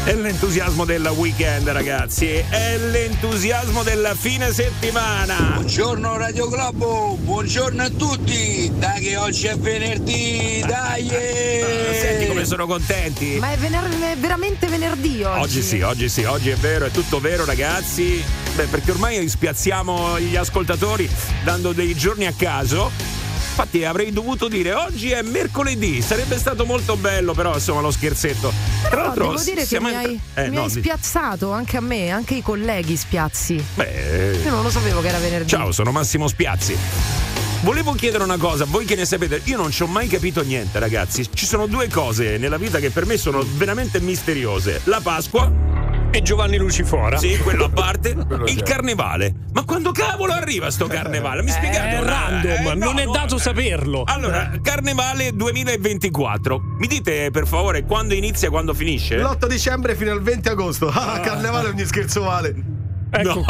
È l'entusiasmo del weekend, ragazzi, è l'entusiasmo della fine settimana. Buongiorno Radio Globo, buongiorno a tutti. Dai che oggi è venerdì, dai! Senti come sono contenti. Ma è veramente venerdì oggi. Oggi sì, oggi è vero, è tutto vero, ragazzi. Beh, perché ormai spiazziamo gli ascoltatori dando dei giorni a caso. Infatti avrei dovuto dire oggi è mercoledì, sarebbe stato molto bello, però insomma lo scherzetto. Tra l'altro devo dire che mi hai spiazzato anche a me, anche i colleghi spiazzi. Beh, io non lo sapevo che era venerdì. Ciao, sono Massimo Spiazzi. Volevo chiedere una cosa, voi che ne sapete, io non ci ho mai capito niente, ragazzi. Ci sono due cose nella vita che per me sono veramente misteriose: la Pasqua e Giovanni Lucifora. Sì, quello a parte. Il carnevale. Ma quando cavolo arriva sto carnevale? Mi spiegate? È random, non è dato saperlo. Allora, carnevale 2024. Mi dite per favore quando inizia e quando finisce? L'8 dicembre fino al 20 agosto. Carnevale ogni scherzo vale. Ecco.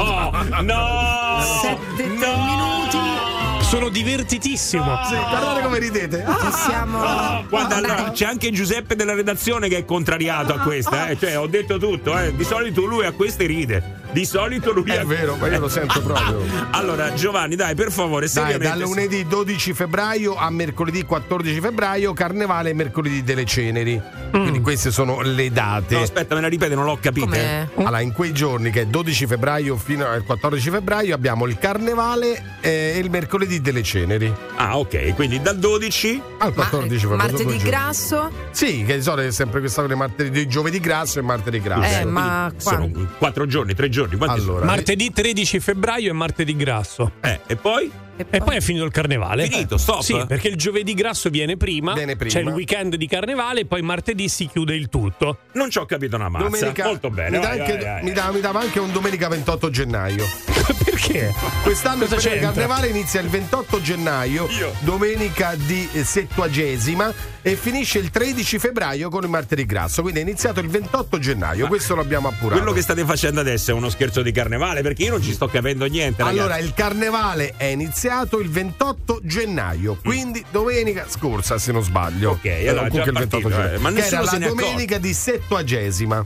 No! 7 minuti. Sono divertitissimo. Sì, guardate come ridete. Guarda, allora, c'è anche Giuseppe della redazione che è contrariato a questa, Cioè, ho detto tutto, Di solito lui a queste ride. Di solito lui è vero, ma io lo sento proprio. Allora, Giovanni, dai, per favore, seriamente. Dai, da lunedì 12 febbraio a mercoledì 14 febbraio, carnevale e mercoledì delle ceneri. Quindi queste sono le date. No, aspetta, me la ripete, non l'ho capita. Allora, in quei giorni, che è 12 febbraio fino al 14 febbraio, abbiamo il carnevale e il mercoledì delle ceneri. Ah, ok, quindi dal 12 al 14 febbraio. Martedì grasso? Sì, che di solito è sempre questa martedì, giovedì grasso e martedì grasso. Ma sono 4 giorni, 3 giorni. Allora, martedì 13 febbraio e martedì grasso. E poi? E poi è finito il carnevale. Finito, stop. Sì, perché il giovedì grasso viene prima. C'è il weekend di carnevale e poi martedì si chiude il tutto. Non ci ho capito una mazza. Domenica, molto bene. Mi dava anche un domenica 28 gennaio. Perché? Quest'anno il carnevale inizia il 28 gennaio, domenica di Settuagesima, e finisce il 13 febbraio con il martedì grasso. Quindi è iniziato il 28 gennaio. Questo lo abbiamo appurato. Quello che state facendo adesso è uno scherzo di carnevale, perché io non ci sto capendo niente, ragazzi. Allora, il carnevale è iniziato il 28 gennaio, quindi domenica scorsa, se non sbaglio. Ok, allora comunque il 28 gennaio. Ma che era la domenica di Settuagesima.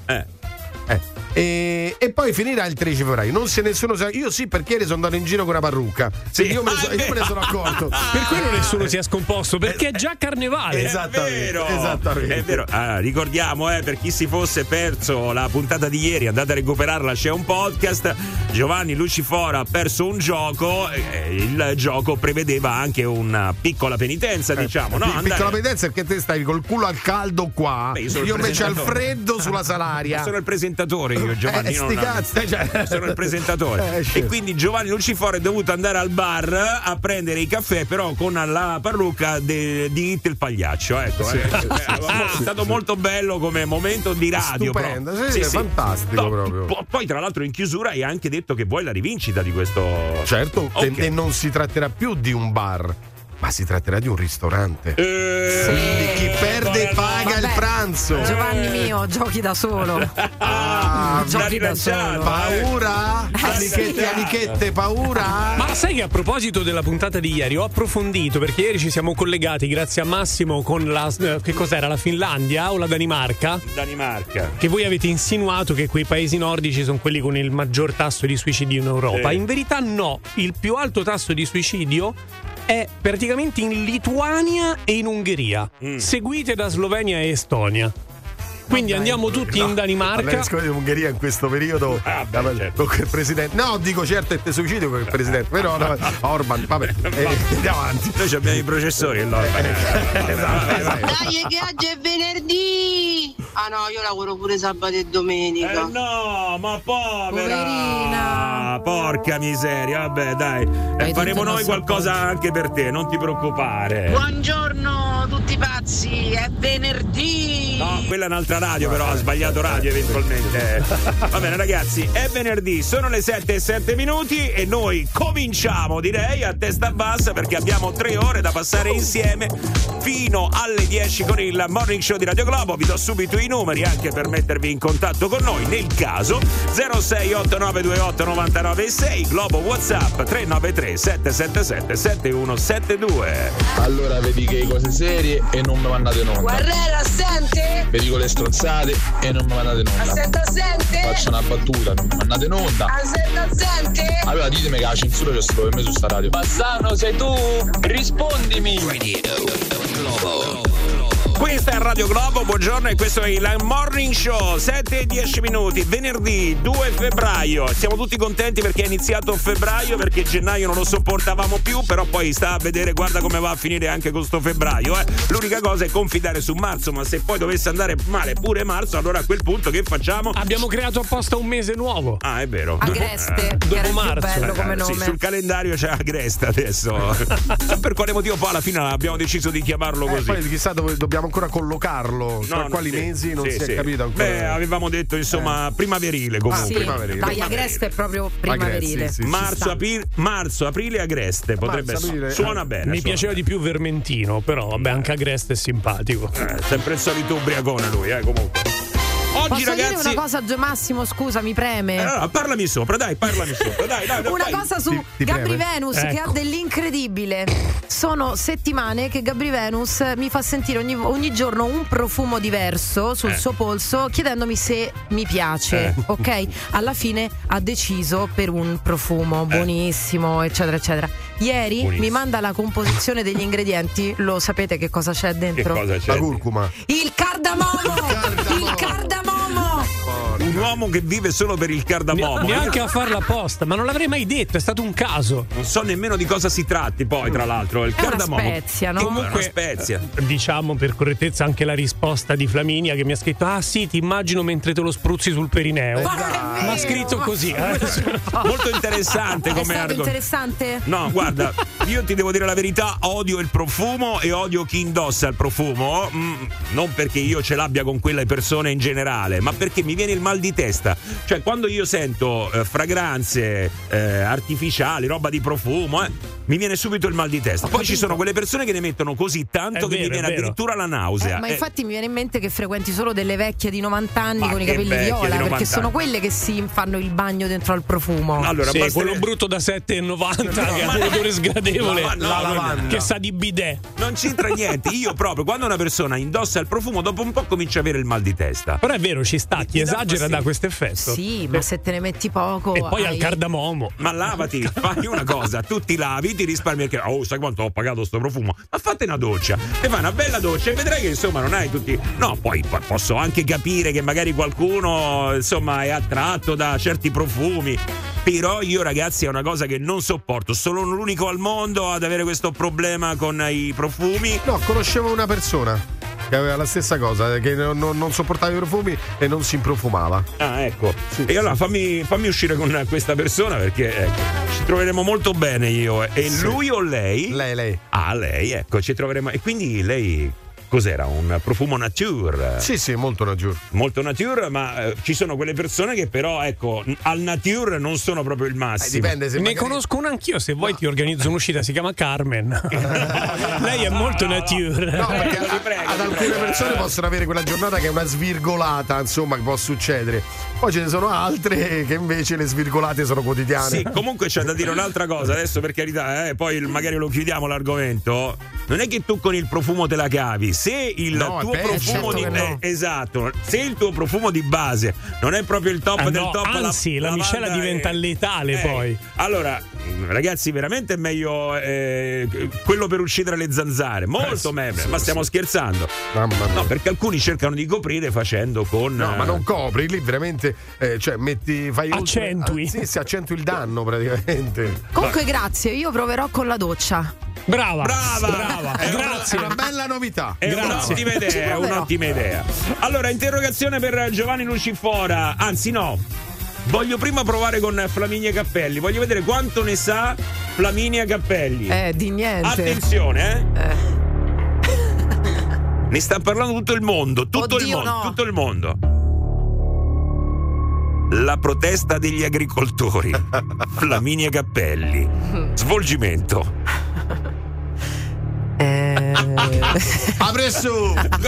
E poi finirà il 13 febbraio. Non se nessuno sa. Io sì, perché ieri sono andato in giro con una parrucca. Sì. Io me ne sono accorto. Per quello nessuno si è scomposto, perché è già carnevale. Esattamente. È vero. Ricordiamo, per chi si fosse perso la puntata di ieri, andate a recuperarla, c'è un podcast. Giovanni Lucifora ha perso un gioco. Il gioco prevedeva anche una piccola penitenza, diciamo. No? Piccola penitenza perché te stai col culo al caldo qua. Io invece al freddo sulla Salaria. Sono il presentatore. Giovanni sono il presentatore e quindi Giovanni Lucifora è dovuto andare al bar a prendere i caffè, però con la parrucca di It il pagliaccio, ecco. È stato molto bello come momento di radio. Stupendo, sì, fantastico proprio. Poi tra l'altro in chiusura hai anche detto che vuoi la rivincita di questo. Certo, e non si tratterà più di un bar, ma si tratterà di un ristorante. Quindi chi perde paga il pranzo. Giovanni mio, giochi da solo. Giochi da solo. Paura? Anichette, paura? Ma sai che a proposito della puntata di ieri ho approfondito, perché ieri ci siamo collegati grazie a Massimo con la che cos'era, la Finlandia o la Danimarca? Danimarca. Che voi avete insinuato che quei paesi nordici sono quelli con il maggior tasso di suicidio in Europa. In verità no, il più alto tasso di suicidio è praticamente in Lituania e in Ungheria, seguite da Slovenia e Estonia. Quindi andiamo tutti in Danimarca. La Ungheria in questo periodo con il presidente. No, dico certo è suicidio con il presidente, però Orban, vabbè, andiamo avanti. Noi abbiamo i processori e Dai che oggi è venerdì. Ah no, io lavoro pure sabato e domenica. No, ma poverina. Porca miseria, vabbè, dai. Faremo noi qualcosa anche per te, non ti preoccupare. Buongiorno tutti pazzi, è venerdì. No, quella è un'altra radio, però ha sbagliato radio eventualmente. Va bene ragazzi, è venerdì, sono le 7:07 e noi cominciamo, direi, a testa bassa, perché abbiamo 3 ore da passare insieme fino alle 10 con il Morning Show di Radio Globo. Vi do subito i i numeri anche per mettervi in contatto con noi nel caso. 0689289996, Globo WhatsApp 393 777 7172. Allora vedi che cose serie e non mi mandate in onda. Guerrero, assente? Vi dico le stronzate e non mi mandate in onda. Assente? Faccio una battuta, non mi mandate in onda. Assente? Allora ditemi che la censura c'è solo per me su sta radio. Bassano, sei tu? Rispondimi. Questa è Radio Globo, buongiorno e questo è il Morning Show, 7:10 minuti, venerdì 2 febbraio. Siamo tutti contenti perché è iniziato febbraio, perché gennaio non lo sopportavamo più, però poi sta a vedere, guarda come va a finire anche con sto febbraio. L'unica cosa è confidare su marzo, ma se poi dovesse andare male pure marzo, allora a quel punto che facciamo? Abbiamo creato apposta un mese nuovo. Ah, è vero. Agreste, dopo marzo. Bello come nome. Sì, sul calendario c'è Agreste adesso. So per quale motivo poi alla fine abbiamo deciso di chiamarlo così. Poi chissà dove dobbiamo ancora collocarlo, tra quali mesi non si è capito ancora. Beh, avevamo detto insomma primaverile comunque. Sì, primaverile. dai, Agreste è proprio primaverile. Sì, marzo, aprile Agreste potrebbe essere. Suona bene. Mi piaceva di più Vermentino, però vabbè, anche Agreste è simpatico. Sempre il solito ubriacone lui, comunque. Oggi, posso ragazzi, dire una cosa, Massimo, scusa, mi preme. Allora, parlami sopra, dai. Dai, una cosa su ti Gabri preme? Venus, che ha dell'incredibile. Sono settimane che Gabri Venus mi fa sentire ogni giorno un profumo diverso sul suo polso, chiedendomi se mi piace, ok? Alla fine ha deciso per un profumo buonissimo, eccetera, eccetera. Ieri mi manda la composizione degli ingredienti. Lo sapete che cosa c'è dentro? Che cosa c'è? La curcuma. Il cardamomo! Il cardamomo! Un uomo che vive solo per il cardamomo. Neanche a farla apposta, ma non l'avrei mai detto, è stato un caso. Non so nemmeno di cosa si tratti poi, tra l'altro. Il cardamomo. Una spezia, no? Comunque, è una spezia. Diciamo per correttezza anche la risposta di Flaminia che mi ha scritto: ah sì, ti immagino mentre te lo spruzzi sul perineo. Ma ha scritto così. Molto interessante come argomento. Interessante? No, guarda, io ti devo dire la verità, odio il profumo e odio chi indossa il profumo. Non perché io ce l'abbia con quelle persone in generale, ma perché mi viene il mal di testa. Cioè, quando io sento fragranze artificiali, roba di profumo, mi viene subito il mal di testa. Poi ci sono quelle persone che ne mettono così tanto che mi viene addirittura la nausea. Ma infatti mi viene in mente che frequenti solo delle vecchie di 90 anni con i capelli viola, perché sono quelle che si fanno il bagno dentro al profumo. Allora, sì, quello brutto da 7,90 che ha un odore sgradevole, la lavanda, che sa di bidet. Non c'entra niente. Io proprio quando una persona indossa il profumo, dopo un po' comincia a avere il mal di testa. Però è vero, ci sta, chi esagera da questo effetto. Sì, ma se te ne metti poco. E poi al cardamomo. Ma lavati, fai una cosa, tu ti lavi, ti risparmi perché sai quanto ho pagato sto profumo? Ma fate una doccia, e fai una bella doccia e vedrai che insomma non hai tutti. No, poi posso anche capire che magari qualcuno insomma è attratto da certi profumi. Però io, ragazzi, è una cosa che non sopporto. Sono l'unico al mondo ad avere questo problema con i profumi. No, conoscevo una persona che aveva la stessa cosa, che non sopportava i profumi e non si improfumava. Ah, ecco. Sì, e allora fammi uscire con questa persona, perché ci troveremo molto bene io. E lui o lei? Lei. Ah, lei, ecco, ci troveremo. E quindi lei cos'era? Un profumo nature? Sì, molto nature. Molto nature, ma ci sono quelle persone che però, ecco, al nature non sono proprio il massimo. Dipende se ne conosco una anch'io, se vuoi ti organizzo un'uscita, si chiama Carmen. Lei è molto nature. No, perché ad alcune persone possono avere quella giornata che è una svirgolata, insomma, che può succedere. Poi ce ne sono altre che invece le svirgolate sono quotidiane. Sì, comunque c'è da dire un'altra cosa, adesso per carità, poi magari lo chiudiamo l'argomento. Non è che tu con il profumo te la cavi. Se il tuo profumo esatto, se il tuo profumo di base non è proprio il top del top, anzi, la miscela diventa letale poi. Allora, ragazzi, veramente è meglio quello per uccidere le zanzare, molto meglio. Ma stiamo scherzando? Mamma mia. No, perché alcuni cercano di coprire facendo con. No, ma non copri, lì veramente cioè fai accentui. Si accentui il danno praticamente. Comunque grazie, io proverò con la doccia. Brava. Grazie. È una bella novità. È un'ottima idea. Allora, interrogazione per Giovanni Lucifora. Anzi, no. Voglio prima provare con Flaminia Cappelli. Voglio vedere quanto ne sa Flaminia Cappelli. Di niente. Attenzione, Ne sta parlando tutto il mondo. Tutto il mondo. La protesta degli agricoltori. Flaminia Cappelli. Svolgimento. Apre su!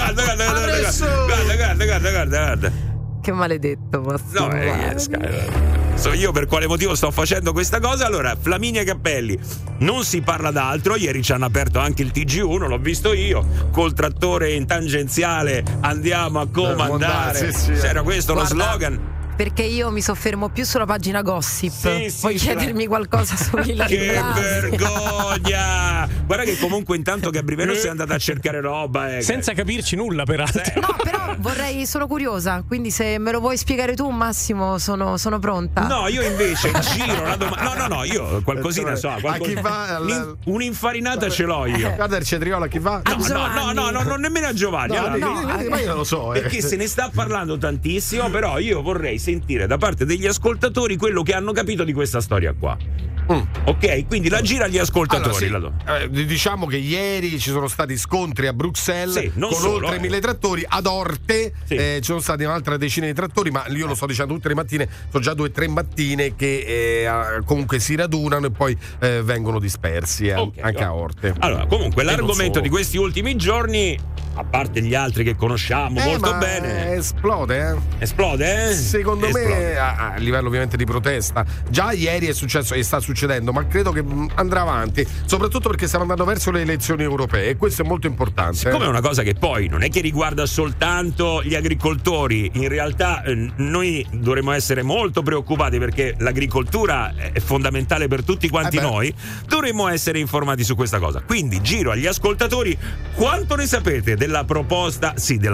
Guarda. Che maledetto, Massimo. So io per quale motivo sto facendo questa cosa. Allora, Flaminia Cappelli, non si parla d'altro. Ieri ci hanno aperto anche il TG1, l'ho visto io, col trattore in tangenziale andiamo a comandare. C'era questo lo slogan. Perché io mi soffermo più sulla pagina gossip. Puoi chiedermi qualcosa su Ilari Che Blasi. vergogna! Guarda che comunque intanto Gabri Venus è andata a cercare roba senza capirci nulla peraltro. No, però sono curiosa, quindi se me lo vuoi spiegare tu, Massimo, sono pronta. No, io invece giro la domanda. No, io qualcosina so. A chi va? Un'infarinata ce l'ho io. Guarda il cetriolo a chi va? No, non nemmeno a Giovanni. Ma io non lo so. Perché se ne sta parlando tantissimo, però io vorrei sentire da parte degli ascoltatori quello che hanno capito di questa storia qua. Ok, quindi la gira agli ascoltatori. Diciamo che ieri ci sono stati scontri a Bruxelles con oltre 1000 trattori. Ad Orte ci sono stati un'altra decina di trattori, ma io lo sto dicendo tutte le mattine, sono già 2 o 3 mattine che comunque si radunano e poi vengono dispersi anche a Orte. Allora, comunque l'argomento di questi ultimi giorni, a parte gli altri che conosciamo molto bene, esplode. Secondo me a livello ovviamente di protesta. Già ieri è successo e sta succedendo, ma credo che andrà avanti, soprattutto perché stiamo andando verso le elezioni europee e questo è molto importante. Siccome è una cosa che poi non è che riguarda soltanto gli agricoltori, in realtà noi dovremmo essere molto preoccupati perché l'agricoltura è fondamentale per tutti quanti noi, dovremmo essere informati su questa cosa. Quindi giro agli ascoltatori: quanto ne sapete della protesta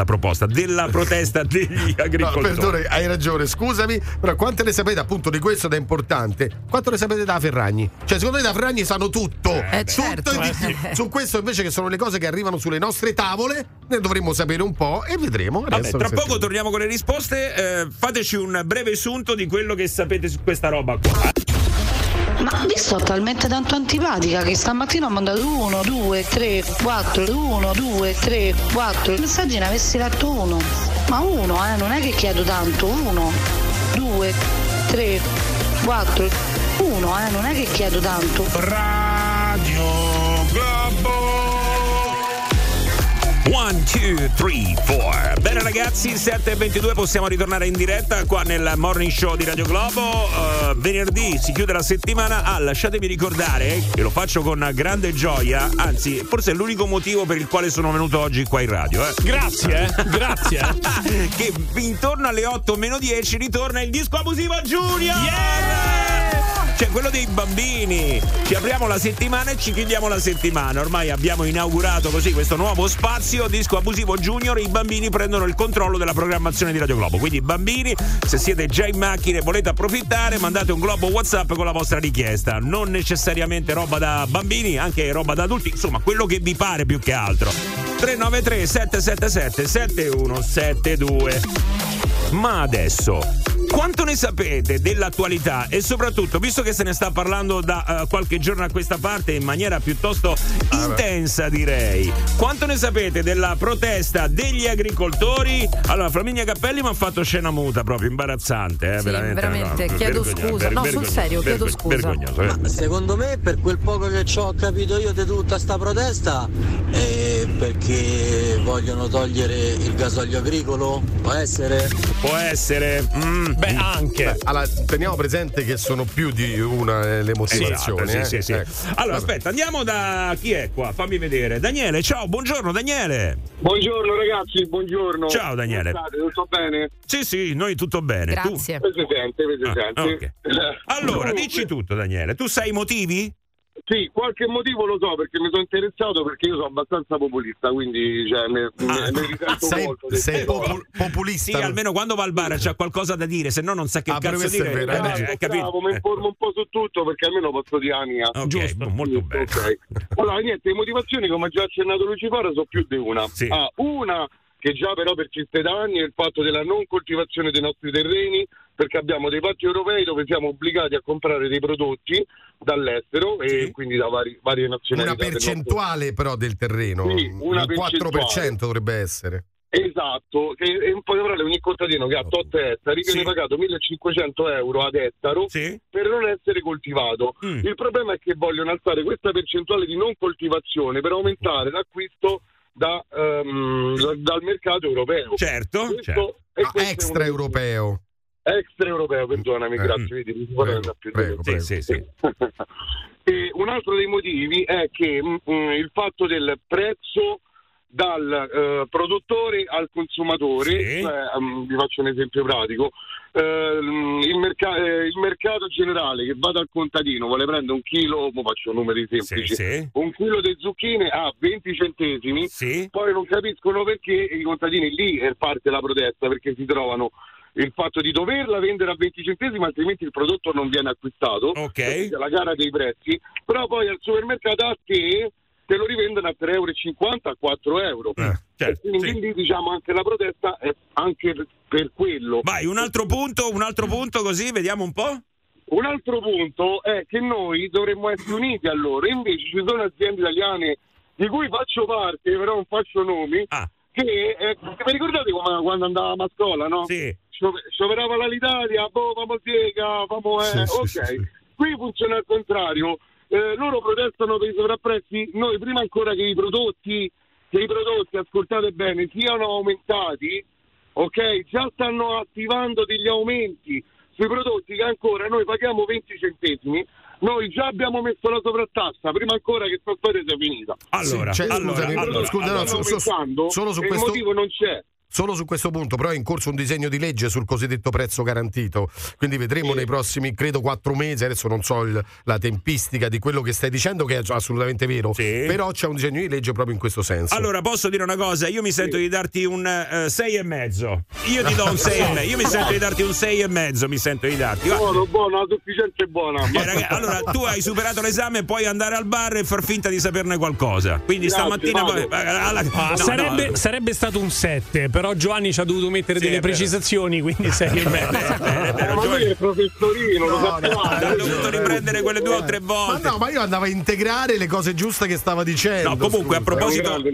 degli agricoltori? No, perdone, hai ragione, scusami, però quante ne sapete appunto di questo ed è importante? Quanto ne sapete da Ferragni? Cioè, secondo me da Ferragni sanno tutto. Certo. Su questo invece, che sono le cose che arrivano sulle nostre tavole, ne dovremmo sapere un po' e vedremo. Tra poco torniamo con le risposte. Fateci un breve sunto di quello che sapete su questa roba qua. Ma vi sto talmente tanto antipatica che stamattina ho mandato 1, 2, 3, 4, 1, 2, 3, 4 messaggi, ne avessi letto uno. Ma uno, non è che chiedo tanto. 1, 2, 3, 4, 1, non è che chiedo tanto. Radio Globo 1, 2, 3, 4. Bene ragazzi, 7:22 possiamo ritornare in diretta qua nel Morning Show di Radio Globo. Venerdì si chiude la settimana. Lasciatemi ricordare che lo faccio con grande gioia, anzi forse è l'unico motivo per il quale sono venuto oggi qua in radio. Grazie. Che intorno alle 8:10 ritorna il disco abusivo Junior. Cioè quello dei bambini. Ci apriamo la settimana e ci chiudiamo la settimana. Ormai abbiamo inaugurato così questo nuovo spazio, disco abusivo Junior. I bambini prendono il controllo della programmazione di Radio Globo. Quindi bambini, se siete già in macchina e volete approfittare, mandate un globo WhatsApp con la vostra richiesta. Non necessariamente roba da bambini, anche roba da adulti, insomma quello che vi pare più che altro. 393 777 7172. Ma adesso, quanto ne sapete dell'attualità e soprattutto, visto che se ne sta parlando da qualche giorno a questa parte in maniera piuttosto intensa, direi, quanto ne sapete della protesta degli agricoltori? Allora, Flaminia Cappelli mi ha fatto scena muta proprio, imbarazzante, sì, veramente chiedo scusa. No, sul serio, chiedo scusa. Vergognoso. Ma secondo me, per quel poco che ci ho capito io di tutta sta protesta, è perché vogliono togliere il gasolio agricolo? Può essere? Può essere. Beh, anche. Allora, teniamo presente che sono più di una le motivazioni. Esatto, sì. Allora, aspetta, andiamo da chi è qua? Fammi vedere. Daniele, ciao, buongiorno Daniele. Buongiorno ragazzi, buongiorno. Ciao Daniele. Come state? Tutto bene? Sì, noi tutto bene. Grazie. Tu? Si sente. Okay. Allora, dici tutto Daniele. Tu sai i motivi? Sì, qualche motivo lo so perché mi sono interessato, perché io sono abbastanza populista, quindi mi risento molto. Sei populista? Sì, almeno quando va al bar c'ha qualcosa da dire, se no non sa che cazzo dire. Bravo, mi informo un po' su tutto perché almeno posso dire la mia. Giusto, molto bene. Okay. Allora, niente, le motivazioni, come ha già accennato Lucifero, sono più di una. Sì. Una che già però persiste da anni è il fatto della non coltivazione dei nostri terreni, perché abbiamo dei patti europei dove siamo obbligati a comprare dei prodotti dall'estero e quindi da varie nazionalità. Una percentuale però del terreno, sì, una il 4% dovrebbe essere. Esatto, che in poche parole ogni contadino che ha tot ettari viene pagato 1.500 euro ad ettaro per non essere coltivato. Il problema è che vogliono alzare questa percentuale di non coltivazione per aumentare l'acquisto dal mercato europeo. Certo. Extraeuropeo. Extraeuropeo, perdonami, grazie. Prego. Sì. E un altro dei motivi è che il fatto del prezzo dal produttore al consumatore, vi faccio un esempio pratico, il mercato generale che va dal contadino vuole prendere un chilo, faccio numeri semplici, un chilo di zucchine a 20 centesimi, poi non capiscono perché i contadini, lì parte la protesta, perché si trovano il fatto di doverla vendere a 20 centesimi, altrimenti il prodotto non viene acquistato, la gara dei prezzi, però poi al supermercato a te lo rivendono a 3,50 euro, a 4 euro. Quindi diciamo anche la protesta è anche per quello. Vai, un altro punto così vediamo un po'. Un altro punto è che noi dovremmo essere uniti a loro, invece ci sono aziende italiane di cui faccio parte, però non faccio nomi, che vi ricordate come quando andavamo a scuola, no? Sì. Scioperava l'Alitalia, vamo Siega, Qui funziona al contrario. Loro protestano per i sovrapprezzi, noi prima ancora che i prodotti, ascoltate bene, siano aumentati, già stanno attivando degli aumenti sui prodotti che ancora noi paghiamo 20 centesimi, noi già abbiamo messo la sovrattassa prima ancora che questa storia sia finita. Solo su il questo motivo non c'è. Solo su questo punto, però è in corso un disegno di legge sul cosiddetto prezzo garantito, quindi vedremo nei prossimi, credo, 4 mesi, adesso non so la tempistica di quello che stai dicendo, che è assolutamente vero, però c'è un disegno di legge proprio in questo senso. Allora, posso dire una cosa? Io mi sento di darti un 6,5. Io ti do un 6,5. Io mi sento di darti un 6,5, mi sento di darti. Buono, la sufficienza è buona. Ragazzi, allora, tu hai superato l'esame e puoi andare al bar e far finta di saperne qualcosa. Quindi stamattina sarebbe stato un 7, però Giovanni ci ha dovuto mettere delle precisazioni, quindi 6,5. Ma lui è il professorino, ho dovuto riprendere quelle 2 o 3 volte. Ma io andavo a integrare le cose giuste che stava dicendo. No, comunque, a proposito,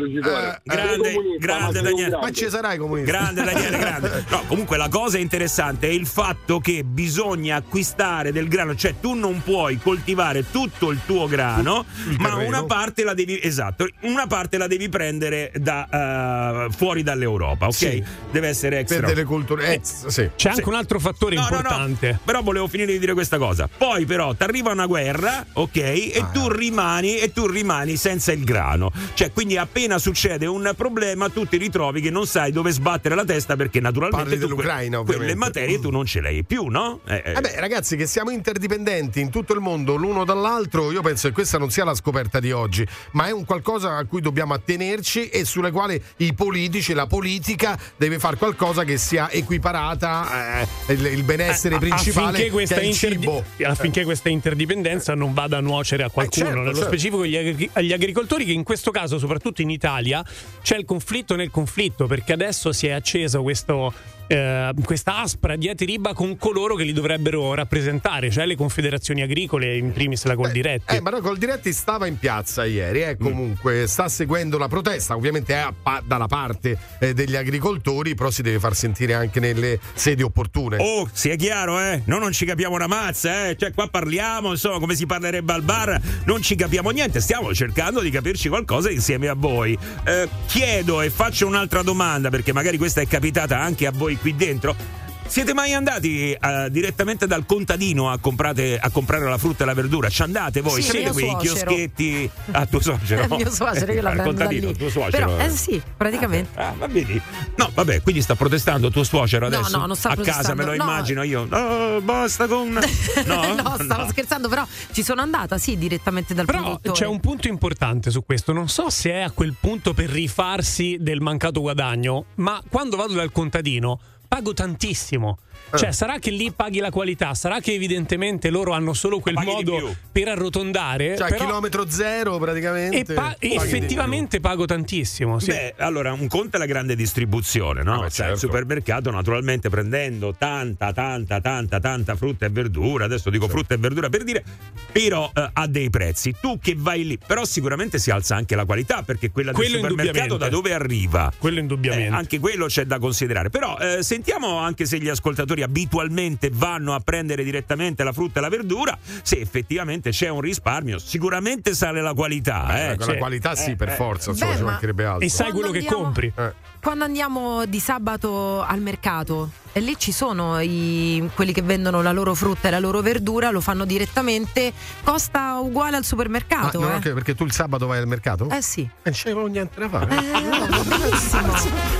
grande Daniele. Ma ci sarai comunista. Grande Daniele, grande. No, comunque la cosa interessante è il fatto che bisogna acquistare del grano, cioè tu non puoi coltivare tutto il tuo grano, ma una parte la devi una parte la devi prendere da fuori dall'Europa, deve essere extra. Per delle culture c'è anche un altro fattore importante. No, però volevo finire di dire questa cosa. Poi però ti arriva una guerra, e tu rimani senza il grano. Cioè, quindi appena succede un problema tu ti ritrovi che non sai dove sbattere la testa, perché naturalmente parli dell'Ucraina, quelle materie tu non ce le hai più, no? Ragazzi, che siamo interdipendenti in tutto il mondo l'uno dall'altro, io penso che questa non sia la scoperta di oggi, ma è un qualcosa a cui dobbiamo attenerci e sulle quali i politici, la politica deve fare qualcosa che sia equiparata il benessere principale, che è il cibo, affinché questa interdipendenza non vada a nuocere a qualcuno, nello specifico agli agricoltori, che in questo caso, soprattutto in Italia, c'è il conflitto nel conflitto, perché adesso si è acceso questa aspra diatriba con coloro che li dovrebbero rappresentare, cioè le confederazioni agricole, in primis la Coldiretti. Ma no, Coldiretti stava in piazza ieri, comunque sta seguendo la protesta, ovviamente è dalla parte degli agricoltori, però si deve far sentire anche nelle sedi opportune. Sia chiaro, noi non ci capiamo una mazza, cioè qua parliamo, insomma, come si parlerebbe al bar, non ci capiamo niente, stiamo cercando di capirci qualcosa insieme a voi. Chiedo e faccio un'altra domanda, perché magari questa è capitata anche a voi qui dentro. Siete mai andati direttamente dal contadino a comprare la frutta e la verdura? Ci andate voi? Siete quei chioschetti a tuo suocero? Mio suocero, io la prendo contadino, da lì. tuo suocero. Però, sì, praticamente. Va vedi. No, vabbè, quindi sta protestando tuo suocero adesso? No, non sta protestando. A casa me lo immagino io. No, basta con... No, stavo scherzando, però ci sono andata, direttamente dal produttore. Però c'è un punto importante su questo. Non so se è a quel punto per rifarsi del mancato guadagno, ma quando vado dal contadino pago tantissimo. Cioè, sarà che lì paghi la qualità, sarà che evidentemente loro hanno solo quel modo per arrotondare. Cioè, però, chilometro zero praticamente. Effettivamente pago tantissimo. Sì. Beh, allora, un conto è la grande distribuzione, no? Certo. Il supermercato, naturalmente, prendendo tanta frutta e verdura, adesso dico frutta e verdura per dire, però ha dei prezzi. Tu che vai lì, però sicuramente si alza anche la qualità, perché quella del supermercato da dove arriva? Quello indubbiamente. Anche quello c'è da considerare. Però sentiamo anche se gli ascoltatori abitualmente vanno a prendere direttamente la frutta e la verdura, se effettivamente c'è un risparmio. Sicuramente sale la qualità, la qualità sì, per forza, ci mancherebbe altro. E sai quello che compri. Quando andiamo di sabato al mercato e lì ci sono quelli che vendono la loro frutta e la loro verdura, lo fanno direttamente, costa uguale al supermercato. Okay, perché tu il sabato vai al mercato? Sì. Non c'è niente da fare. Benissimo.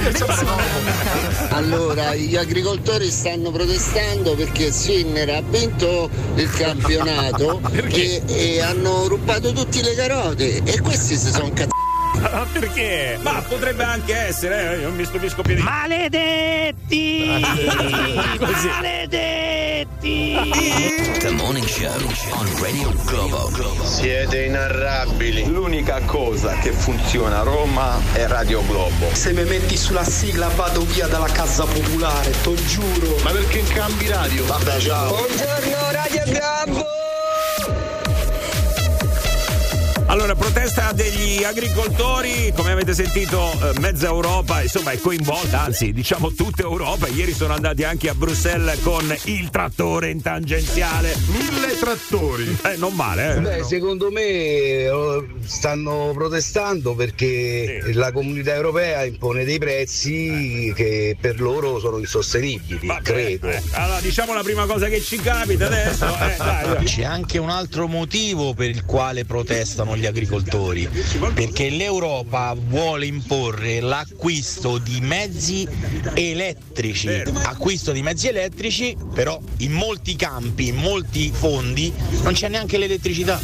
Allora, gli agricoltori stanno protestando perché Sinner ha vinto il campionato e hanno rubato tutte le carote e questi si sono cazzati. Perché? Ma potrebbe anche essere, io mi stupisco più di... Maledetti! Maledetti! The Morning Show on Radio Globo. Siete inarrabili. L'unica cosa che funziona a Roma è Radio Globo. Se mi metti sulla sigla vado via dalla casa popolare, t'ho giuro. Ma perché cambi radio? Vabbè, ciao. Buongiorno Radio Globo! Allora, protesta degli agricoltori, come avete sentito mezza Europa insomma è coinvolta, anzi diciamo tutta Europa. Ieri sono andati anche a Bruxelles con il trattore in tangenziale. 1000 trattori. Non male, Beh, secondo me stanno protestando perché la comunità europea impone dei prezzi che per loro sono insostenibili, credo. Allora, diciamo la prima cosa che ci capita adesso. Dai. C'è anche un altro motivo per il quale protestano gli agricoltori, perché l'Europa vuole imporre l'acquisto di mezzi elettrici. Acquisto di mezzi elettrici, però in molti campi, in molti fondi non c'è neanche l'elettricità.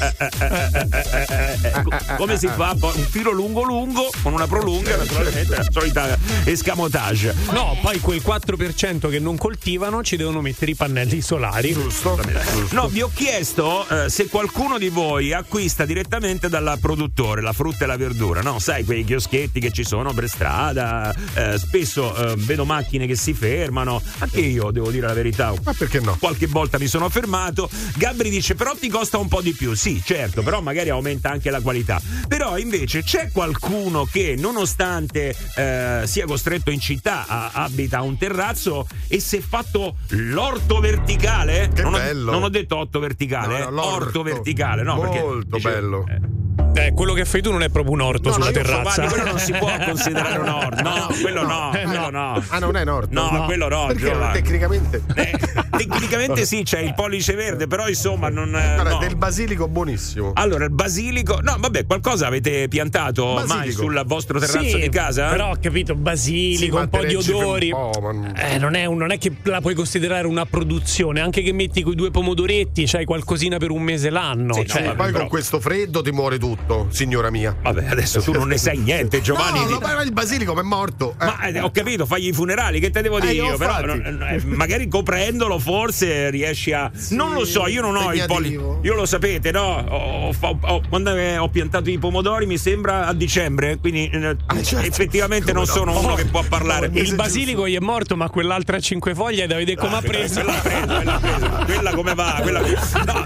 Come si fa? Un filo lungo con una prolunga, naturalmente, la solita escamotage. No, poi quel 4% che non coltivano ci devono mettere i pannelli solari. Giusto. No, vi ho chiesto se qualcuno di voi acquista direttamente dal produttore la frutta e la verdura, no? Sai, quei chioschetti che ci sono per strada, spesso vedo macchine che si fermano, anche io devo dire la verità. Ma perché no? Qualche volta mi sono fermato. Gabri dice però ti costa un po' di più. Sì, certo, però magari aumenta anche la qualità. Però invece c'è qualcuno che nonostante sia costretto in città, abita a un terrazzo e si è fatto l'orto verticale. Che bello. Non ho detto orto verticale, orto verticale, no? Molto bello. Quello che fai tu non è proprio un orto sulla terrazza. Quello non si può considerare un orto. No, quello no. Ah, non è un orto? No, quello no. Perché tecnicamente? Tecnicamente sì, c'è il pollice verde, però insomma non. Guarda, del basilico buonissimo. Allora, il basilico. No, vabbè, qualcosa avete piantato mai sul vostro terrazzo di casa? Però ho capito, basilico, un po' di odori. Non è che la puoi considerare una produzione, anche che metti quei 2 pomodoretti, c'hai qualcosina per un mese l'anno. Sì, poi però con questo freddo ti muore tutto, signora mia. Vabbè, adesso tu non ne sai niente, Giovanni. No, ma il basilico mi è morto. Ma ho capito, fagli i funerali, che te devo dire io? Però magari coprendolo forse riesci a. Non lo so, io non ho il pollice. Io lo sapete, no? Quando ho piantato i pomodori, mi sembra a dicembre, quindi effettivamente non sono uno che può parlare. Il basilico gli è morto, ma quell'altra a 5 foglie da vedere come ha preso. Quella come va? No,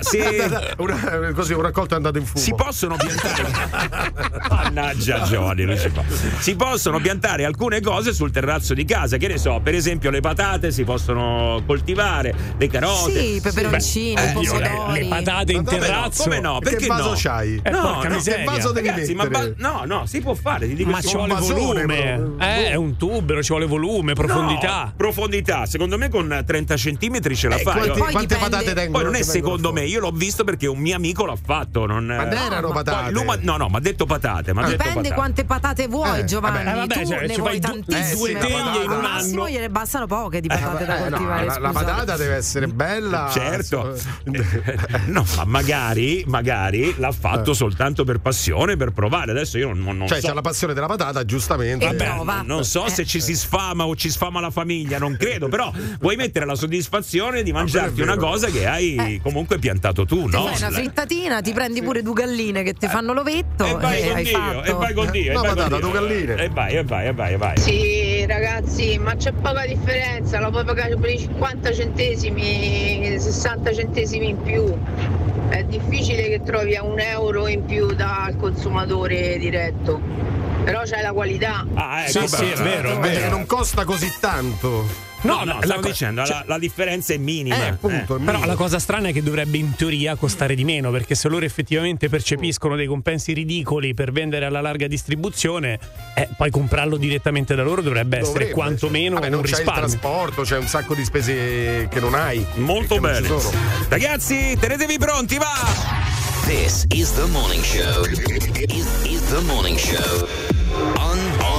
così un raccolto è andato in fumo. Si possono piantare. Mannaggia Giovanni, non si fa. Si possono piantare alcune cose sul terrazzo di casa, che ne so, per esempio le patate si possono coltivare, le carote. Sì, i peperoncini, i pomodori. Le patate in terrazzo. Come no? Perché che vaso c'hai? Porca miseria. Che vaso devi ragazzi, mettere? No, si può fare. Ti dico, ma ci vuole volume. È un tubero, ci vuole volume, profondità. No, profondità, secondo me con 30 centimetri ce la fai. Quante patate tengono? Poi non è secondo me, io l'ho visto perché un mio amico l'ha fatto. Ma non erano patate. No, ma ha detto patate. Dipende quante patate vuoi, Giovanni. Vabbè, tu ne vuoi tantissime. 2 teglie in un anno. Gliene bastano poche di patate da coltivare. La patata deve essere bella. Certo. No, ma magari l'ha fatto soltanto per passione, per provare. Adesso io non cioè, so. c'è la passione della patata, giustamente. Vabbè, non so se ci si sfama o ci sfama la famiglia, non credo, però vuoi mettere la soddisfazione di mangiarti una cosa che hai comunque piantato tu, no? Fai una frittatina, ti prendi pure due galline che ti fanno l'ovetto e vai con Dio, no, patata, due galline. E vai. Sì, ragazzi, ma c'è poca differenza, la puoi pagare per i 50 centesimi, 60 centesimi in più. È difficile che trovi a €1 in più dal consumatore diretto, però c'è la qualità. Sì, è vero. Che non costa così tanto. No, stavo dicendo, la differenza è minima. Appunto, Però la cosa strana è che dovrebbe in teoria costare di meno, perché se loro effettivamente percepiscono dei compensi ridicoli per vendere alla larga distribuzione, poi comprarlo direttamente da loro dovrebbe essere quantomeno un risparmio. C'è il trasporto, c'è un sacco di spese che non hai. Molto bene. Ragazzi, tenetevi pronti, va! This is the morning show. Is the morning show on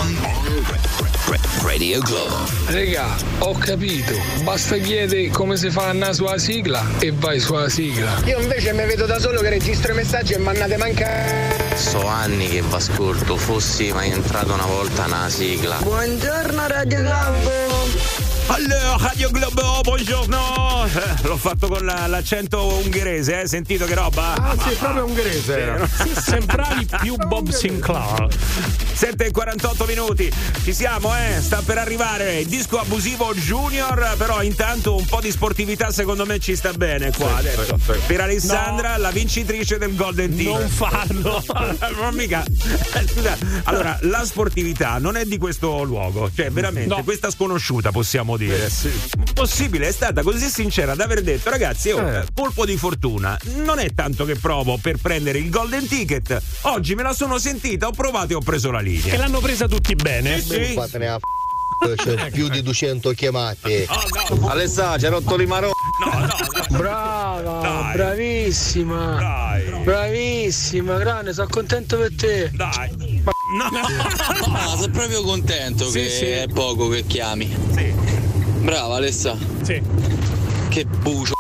Radio Globo. Regà, ho capito. Basta chiedere come si fa a andare sulla sigla e vai sulla sigla. Io invece mi vedo da solo che registro i messaggi e mannate manca. So anni che v'ascolto, fossi mai entrato una volta nella sigla. Buongiorno Radio Globo. Allora, Radio Globo, buongiorno. L'ho fatto con l'accento ungherese, sentito che roba? Ah, sì, proprio ungherese era. Sembravi più Bob Sinclair. 7:48 minuti. Ci siamo, sta per arrivare il disco abusivo Junior, però intanto un po' di sportività secondo me ci sta bene qua adesso. Per Alessandra, la vincitrice del Golden Team. Non farlo. Non mica. Scusa, allora, la sportività non è di questo luogo, cioè veramente questa sconosciuta possiamo dire. Possibile, è stata così sincera da aver detto, ragazzi, colpo di fortuna, non è tanto che provo per prendere il Golden Ticket, oggi me la sono sentita, ho provato e ho preso la linea. E l'hanno presa tutti bene. Sì. C'è più di 200 chiamate. Alessà, ci ha rotto i marò. No. Brava, Dai. bravissima. Dai. Bravissima, grande, sono contento per te. Dai. No, sono proprio contento che è poco che chiami. Sì. Brava Alessà. Sì. Che bucio.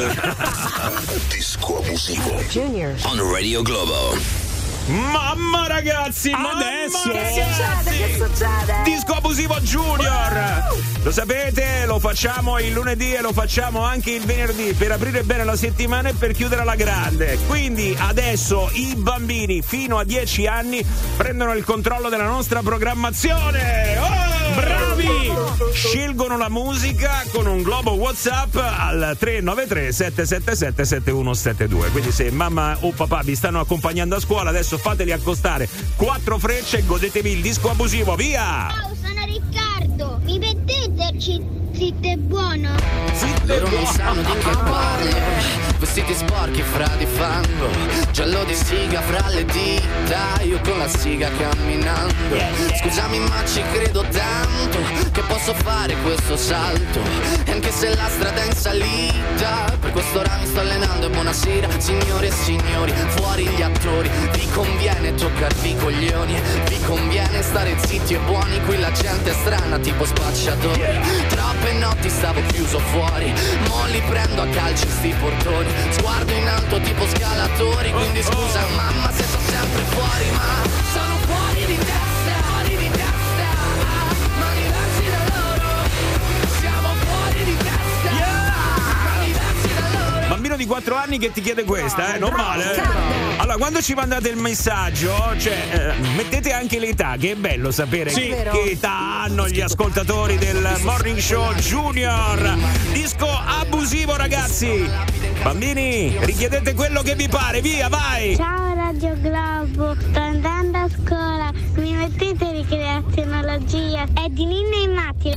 Disco abusivo. Junior. On Radio Globo. Mamma ragazzi, adesso Che succede? Disco abusivo Junior. Lo sapete, lo facciamo il lunedì e lo facciamo anche il venerdì per aprire bene la settimana e per chiudere alla grande. Quindi adesso i bambini fino a 10 anni prendono il controllo della nostra programmazione. Bravi! Scelgono la musica con un globo WhatsApp al 393 777 7172. Quindi se mamma o papà vi stanno accompagnando a scuola, adesso fateli accostare 4 frecce e godetevi il disco abusivo, via! Ciao, sono Riccardo, mi mettete zitto e buono? Loro non sanno di che parlo, vestiti sporchi fra di fango, giallo di siga fra le dita, io con la siga camminando. Scusami ma ci credo tanto che posso fare questo salto, e anche se la strada è in salita, per quest'ora mi sto allenando. E buonasera signore e signori, fuori gli attori, vi conviene toccarvi i coglioni, vi conviene stare zitti e buoni, qui la gente è strana tipo spacciatori. Troppe notti stavo chiuso fuori, mo li prendo a calci sti portoni, sguardo in alto tipo scalatori, quindi scusa mamma se sto sempre fuori, ma sono fuori di testa, ma diversi da loro, siamo fuori di testa, ma diversi da loro. Bambino di 4 anni che ti chiede questa, non male. Allora, quando ci mandate il messaggio, mettete anche l'età, che è bello sapere che età hanno gli ascoltatori del Morning Show Junior. Disco abusivo, ragazzi. Bambini, richiedete quello che vi pare, via, vai. Ciao Radio Globo, sto andando a scuola, mi mettete ricreazionologia? È di Ninna e Matti.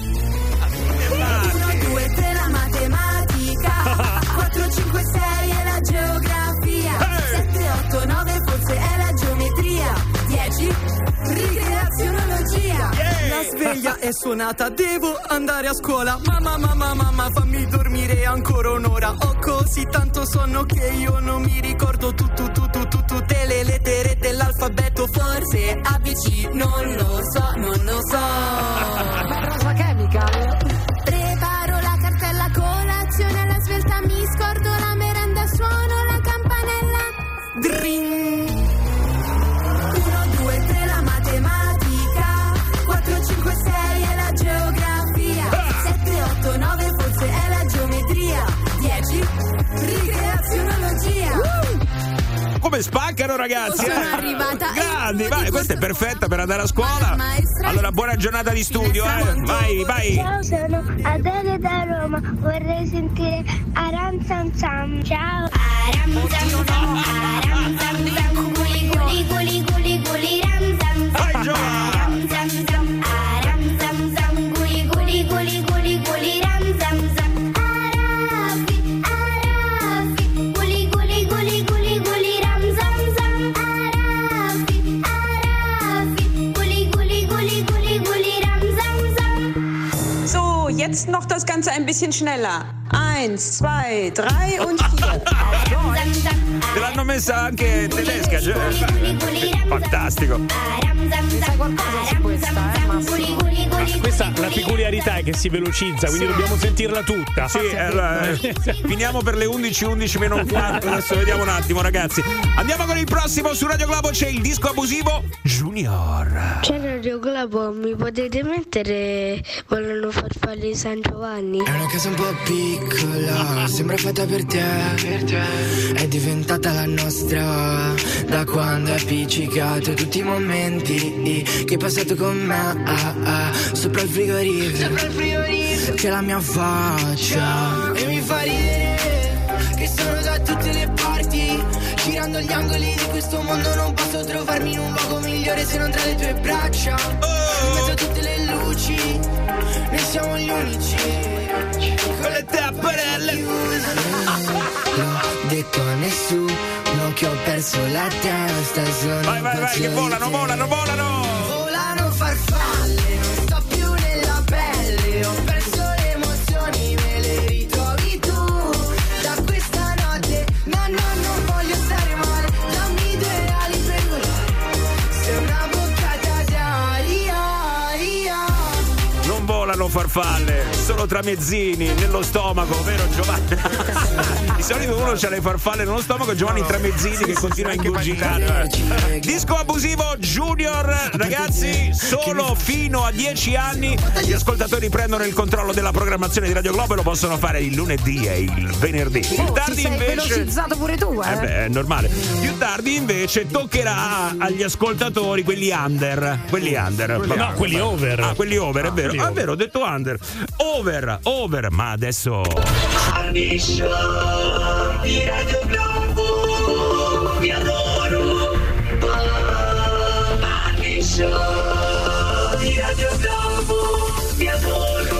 1, 2, 3 la matematica, 4, 5, 6 è la geografia, 7, 8, 9 forse è la geometria, 10 ricreazionologia. La sveglia è suonata, devo andare a scuola. Mamma, fammi dormire ancora un'ora. Ho così tanto sonno che io non mi ricordo tutte le lettere dell'alfabeto. Forse ABC, non lo so. Rosa Chemical. Preparo la cartella colazione spaccano ragazzi. Sono arrivata. Grandi, vai, questa è perfetta per andare a scuola. Allora, buona giornata di studio, vai. Ciao, sono Adele da Roma. Vorrei sentire Aram Zam Zam. Ciao. Aram Zam Zam, Aram Zam Zam, guli guli guli guli guli ram zam. Vai, Giova. Aram Zam Zam, Aram Zam Zam, guli guli guli guli guli ram zam zam. Arafi, arafi, guli guli guli guli guli ram zam zam. Arafi, arafi, guli guli guli guli guli ram zam zam. So, jetzt noch das Ganze ein bisschen schneller. 1, 2, 3 und 4. Te l'hanno messa anche tedesca, fantastico. Sai qualcosa su questa, Questa la peculiarità è che si velocizza, quindi dobbiamo sentirla tutta. Sì, finiamo per le 11 meno un quarto. Adesso vediamo un attimo, ragazzi. Andiamo con il prossimo. Su Radio Globo c'è il disco abusivo Junior. C'è Radio Globo, mi potete mettere Vogliono farfalle di San Giovanni? È una casa un po' piccola, sembra fatta per te. È diventata la nostra da quando hai appiccicato tutti i momenti che hai passato con me. Sopra il frigorifero c'è la mia faccia e mi fa ridere che sono da tutte le parti, girando gli angoli di questo mondo. Non posso trovarmi in un luogo migliore se non tra le tue braccia. In mezzo a tutte le luci noi siamo gli unici con le tapparelle. L'ho detto a nessuno che ho perso la testa. Vai, che volano. Volano farfalle, non sto più nella pelle. Ho perso le emozioni, me le ritrovi tu. Da questa notte, no, non voglio stare male. Dammi 2 ali per volare. Se una boccata d'aria. Non volano farfalle, solo tramezzini nello stomaco, vero Giovanni? Di solito uno c'ha le farfalle nello stomaco, Giovanni tramezzini che continua a ingurgitare. Disco abusivo Junior, ragazzi, solo fino a 10 anni gli ascoltatori prendono il controllo della programmazione di Radio Globo e lo possono fare il lunedì e il venerdì. Più tardi ti sei invece velocizzato pure tu, è normale. Più tardi invece toccherà agli ascoltatori quelli under. No, quelli over. Ah, quelli over, è vero. È vero, ho detto under. Over, ma adesso Amici di Radio Globo, vi adoro. Amici di Radio Globo, vi adoro.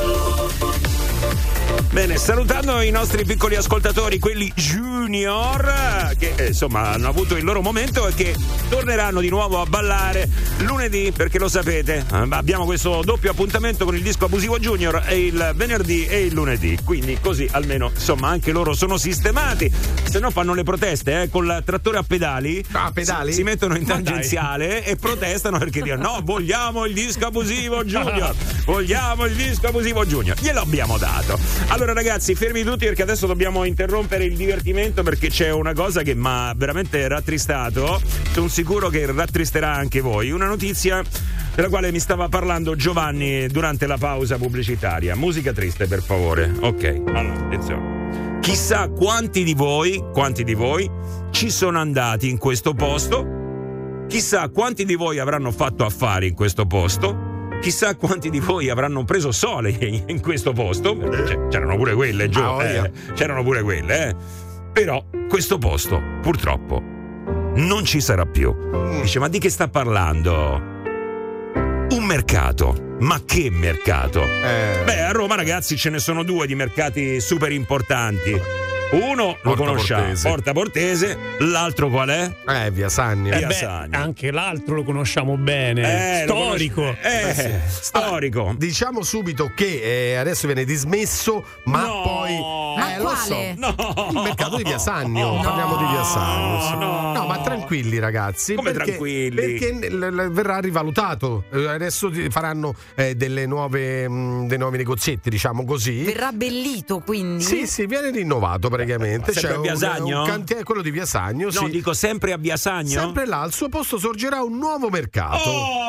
Bene, salutando i nostri piccoli ascoltatori, quelli junior, che insomma hanno avuto il loro momento e che torneranno di nuovo a ballare lunedì, perché lo sapete, abbiamo questo doppio appuntamento con il disco abusivo Junior e il venerdì e il lunedì, quindi così almeno insomma anche loro sono sistemati, se no fanno le proteste con il trattore a pedali. Pedali? Si mettono in tangenziale e protestano perché dicono no, vogliamo il disco abusivo Junior, glielo abbiamo dato. Allora ragazzi, fermi tutti perché adesso dobbiamo interrompere il divertimento, perché c'è una cosa che mi ha veramente rattristato, sono sicuro che rattristerà anche voi, una notizia della quale mi stava parlando Giovanni durante la pausa pubblicitaria. Musica triste per favore. Ok, allora attenzione. Chissà quanti di voi ci sono andati in questo posto, chissà quanti di voi avranno fatto affari in questo posto, chissà quanti di voi avranno preso sole in questo posto. C'erano pure quelle, c'erano pure quelle, Però questo posto purtroppo non ci sarà più. Dice, ma di che sta parlando? Un mercato. Ma che mercato? Beh, a Roma ragazzi ce ne sono 2 di mercati super importanti. Uno lo conosciamo, Porta Portese, l'altro qual è? Via Sannio. Anche l'altro lo conosciamo bene. Storico. Storico. Diciamo subito che adesso viene dismesso, ma poi. Ma lo quale? so. Il mercato di Via Sannio. Parliamo di Via Sannio. No, ma tranquilli, ragazzi. Come tranquilli? Perché verrà rivalutato. Adesso faranno dei nuovi negozietti, diciamo così. Verrà abbellito, quindi? Sì, viene rinnovato praticamente. Sempre C'è a Via Sagno? un cantiere, quello di Via Sagno. No, dico sempre a Via Sagno. Sempre là, al suo posto sorgerà un nuovo mercato.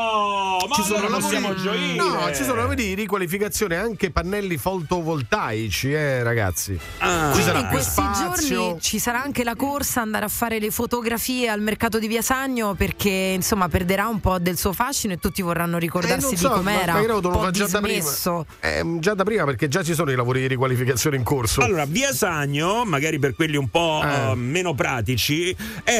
Oh, ma allora possiamo gioire. No, ci sono lavori di riqualificazione, anche pannelli fotovoltaici, ragazzi. Quindi ci sarà in più questi spazio. giorni ci sarà anche la corsa, andare a fare le fotografie al mercato di Via Sagno, perché insomma perderà un po' del suo fascino e tutti vorranno ricordarsi non so, di com'era. ma io lo un po' fa già da prima. dismesso. Già da prima, perché già ci sono i lavori di riqualificazione in corso. Allora, Via Sagno, magari per quelli un po' meno pratici,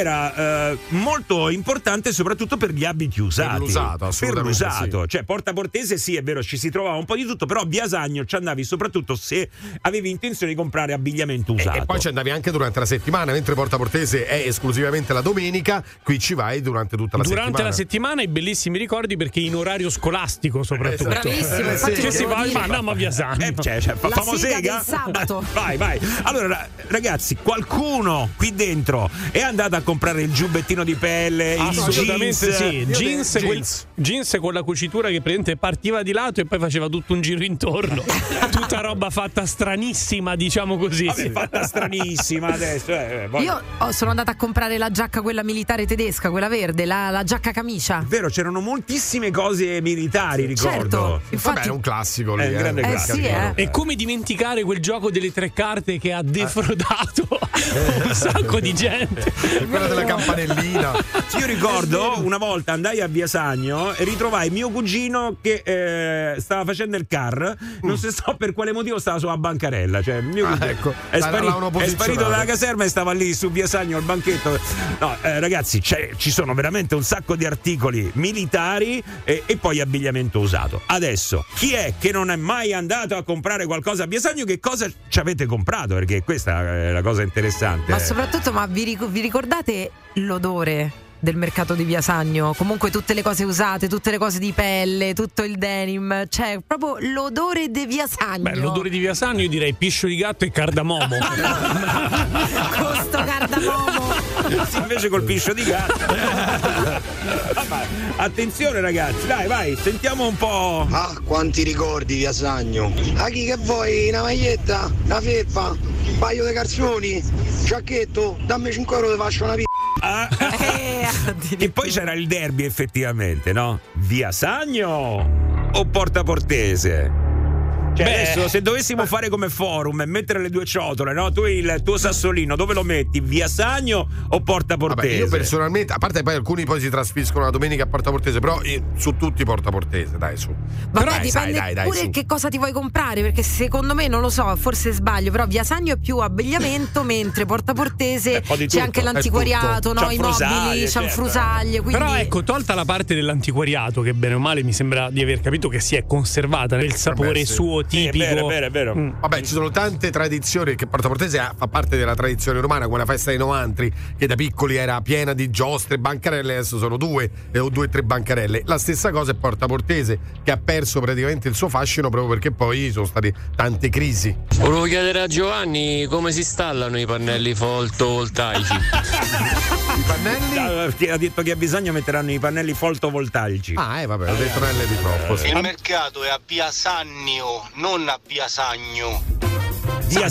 era molto importante soprattutto per gli abiti usati. Per l'usato, assolutamente. Per l'usato. Cioè, Porta Portese sì, è vero, ci si trovava un po' di tutto, però Via Sagno ci andavi soprattutto se avevi intenzione di comprare abbigliamento usato. E poi ci andavi anche durante la settimana, mentre Porta Portese è esclusivamente la domenica, qui ci vai durante tutta la settimana. Durante la settimana hai bellissimi ricordi, perché in orario scolastico soprattutto. Bravissimo, infatti che si va, dire. ma andiamo a Via Sagno. Famo sega sega? del sabato. Vai. Allora, ragazzi, qualcuno qui dentro è andato a comprare il giubbettino di pelle, il Assolutamente jeans? sì. Jeans con la cucitura che praticamente partiva di lato e poi faceva tutto un giro intorno. Tutta roba fatta stranissima, diciamo così. Vabbè, fatta stranissima adesso. Io sono andata a comprare la giacca, quella militare tedesca, quella verde, la giacca camicia. È vero, c'erano moltissime cose militari, ricordo. Certo, infatti, Vabbè, è un classico lì. È un grande classico. Sì, E come dimenticare quel gioco delle 3 carte che ha defrodato un sacco di gente. Quella della campanellina. Io ricordo una volta andai a Via Sagno e ritrovai mio cugino che stava facendo il car, non si so per quale motivo stava sulla bancarella, cioè mio cugino è sparito dalla caserma e stava lì su Via Sagno al banchetto. No, ragazzi, ci sono veramente un sacco di articoli militari e poi abbigliamento usato. Adesso, chi è che non è mai andato a comprare qualcosa a Via Sagno? Che cosa ci avete comprato? Perché questa è la cosa interessante. Ma soprattutto, vi ricordate l'odore del mercato di Via Sagno? Comunque tutte le cose usate, tutte le cose di pelle, tutto il denim, cioè proprio l'odore di Via Sagno. Beh, l'odore di Via Sagno io direi piscio di gatto e cardamomo. Questo cardamomo. Sì, invece col piscio di gatto. Attenzione ragazzi, dai, vai, sentiamo un po'. Ah, quanti ricordi Via Sagno. A chi che vuoi? Una maglietta, una felpa, un paio di calzoni, giacchetto, dammi 5 euro ti faccio una E poi c'era il derby effettivamente, no? Via Sagno o Porta Portese? Cioè adesso se dovessimo fare come forum e mettere le due ciotole, no? Tu il tuo sassolino dove lo metti? Via Sagno o Porta Portese? Vabbè, io personalmente, a parte poi alcuni poi si trasferiscono la domenica a Porta Portese, però su tutti Porta Portese, dai, su. Vabbè, dai, dipende dai, pure su. che cosa ti vuoi comprare, perché secondo me, non lo so, forse sbaglio, però Via Sagno è più abbigliamento, mentre Porta Portese c'è anche l'antiquariato, no? I mobili, c'è un frusaglie. Quindi... Però ecco, tolta la parte dell'antiquariato, che bene o male mi sembra di aver capito che si è conservata nel sapore suo tipico. È vero. Vabbè, ci sono tante tradizioni che Porta Portese fa parte della tradizione romana, come la festa dei novantri, che da piccoli era piena di giostre, bancarelle, adesso sono 2 o 3 bancarelle. La stessa cosa è Porta Portese, che ha perso praticamente il suo fascino proprio perché poi sono state tante crisi. Volevo chiedere a Giovanni come si installano i pannelli fotovoltaici. I pannelli? No, perché ha detto che a bisogno metteranno i pannelli fotovoltaici. Vabbè, ho detto pannelli di troppo. Sì. Il mercato è a Via Sagno, non a Via Sagno. Via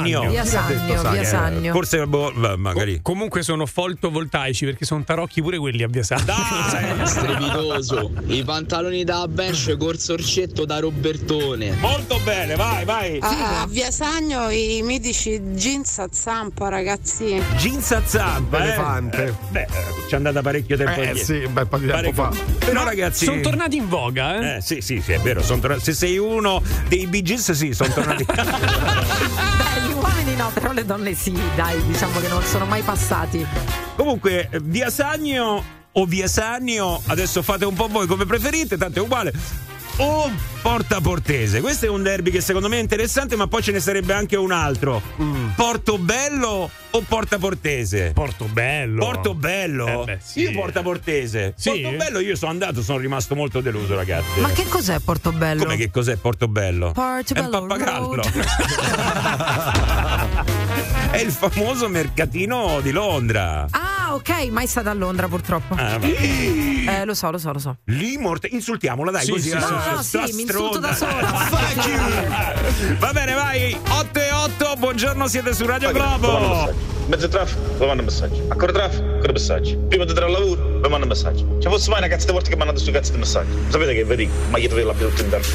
Sagno. Forse magari. Comunque sono fotovoltaici, perché sono tarocchi pure quelli a Via Sagno. Dai! Strepitoso. I pantaloni da bench col sorcetto da Robertone. Molto bene, vai. A Via Sagno i mitici jeans a zampa, ragazzi. Jeans a zampa, elefante. Ci è andata parecchio tempo indietro. Sì, un bel po' di tempo fa. Però ragazzi, sono tornati in voga, Sì, è vero, se sei uno dei Bee Gees, sì, sono tornati. Beh, gli uomini no, però le donne sì, dai, diciamo che non sono mai passati. Comunque, Via Sagno o Via Sagno, adesso fate un po' voi come preferite, tanto è uguale. O Porta Portese. Questo è un derby che secondo me è interessante, ma poi ce ne sarebbe anche un altro. Portobello o Porta Portese? Portobello. Sì. Io Porta Portese. Sì? Portobello io sono andato, sono rimasto molto deluso, ragazzi. Ma che cos'è Portobello? Come che cos'è Portobello? È un pappagallo. È il famoso mercatino di Londra. Ah, ok, mai stata a Londra purtroppo. Lo so. Lì insultiamola, dai, così. mi insulto da sola. Va bene, vai. 8 e 8. Pronto? Buongiorno, siete su Radio Globo. Mezzo traffico, vi mando messaggi. Ancora traffico, ancora messaggi. Prima di andare al lavoro, vi mando messaggi. Ci fosse mai una cazzo di volte che mi mandate su cazzo di messaggi. Sapete che vi dico? Ma io l'abbia tutto in tempo.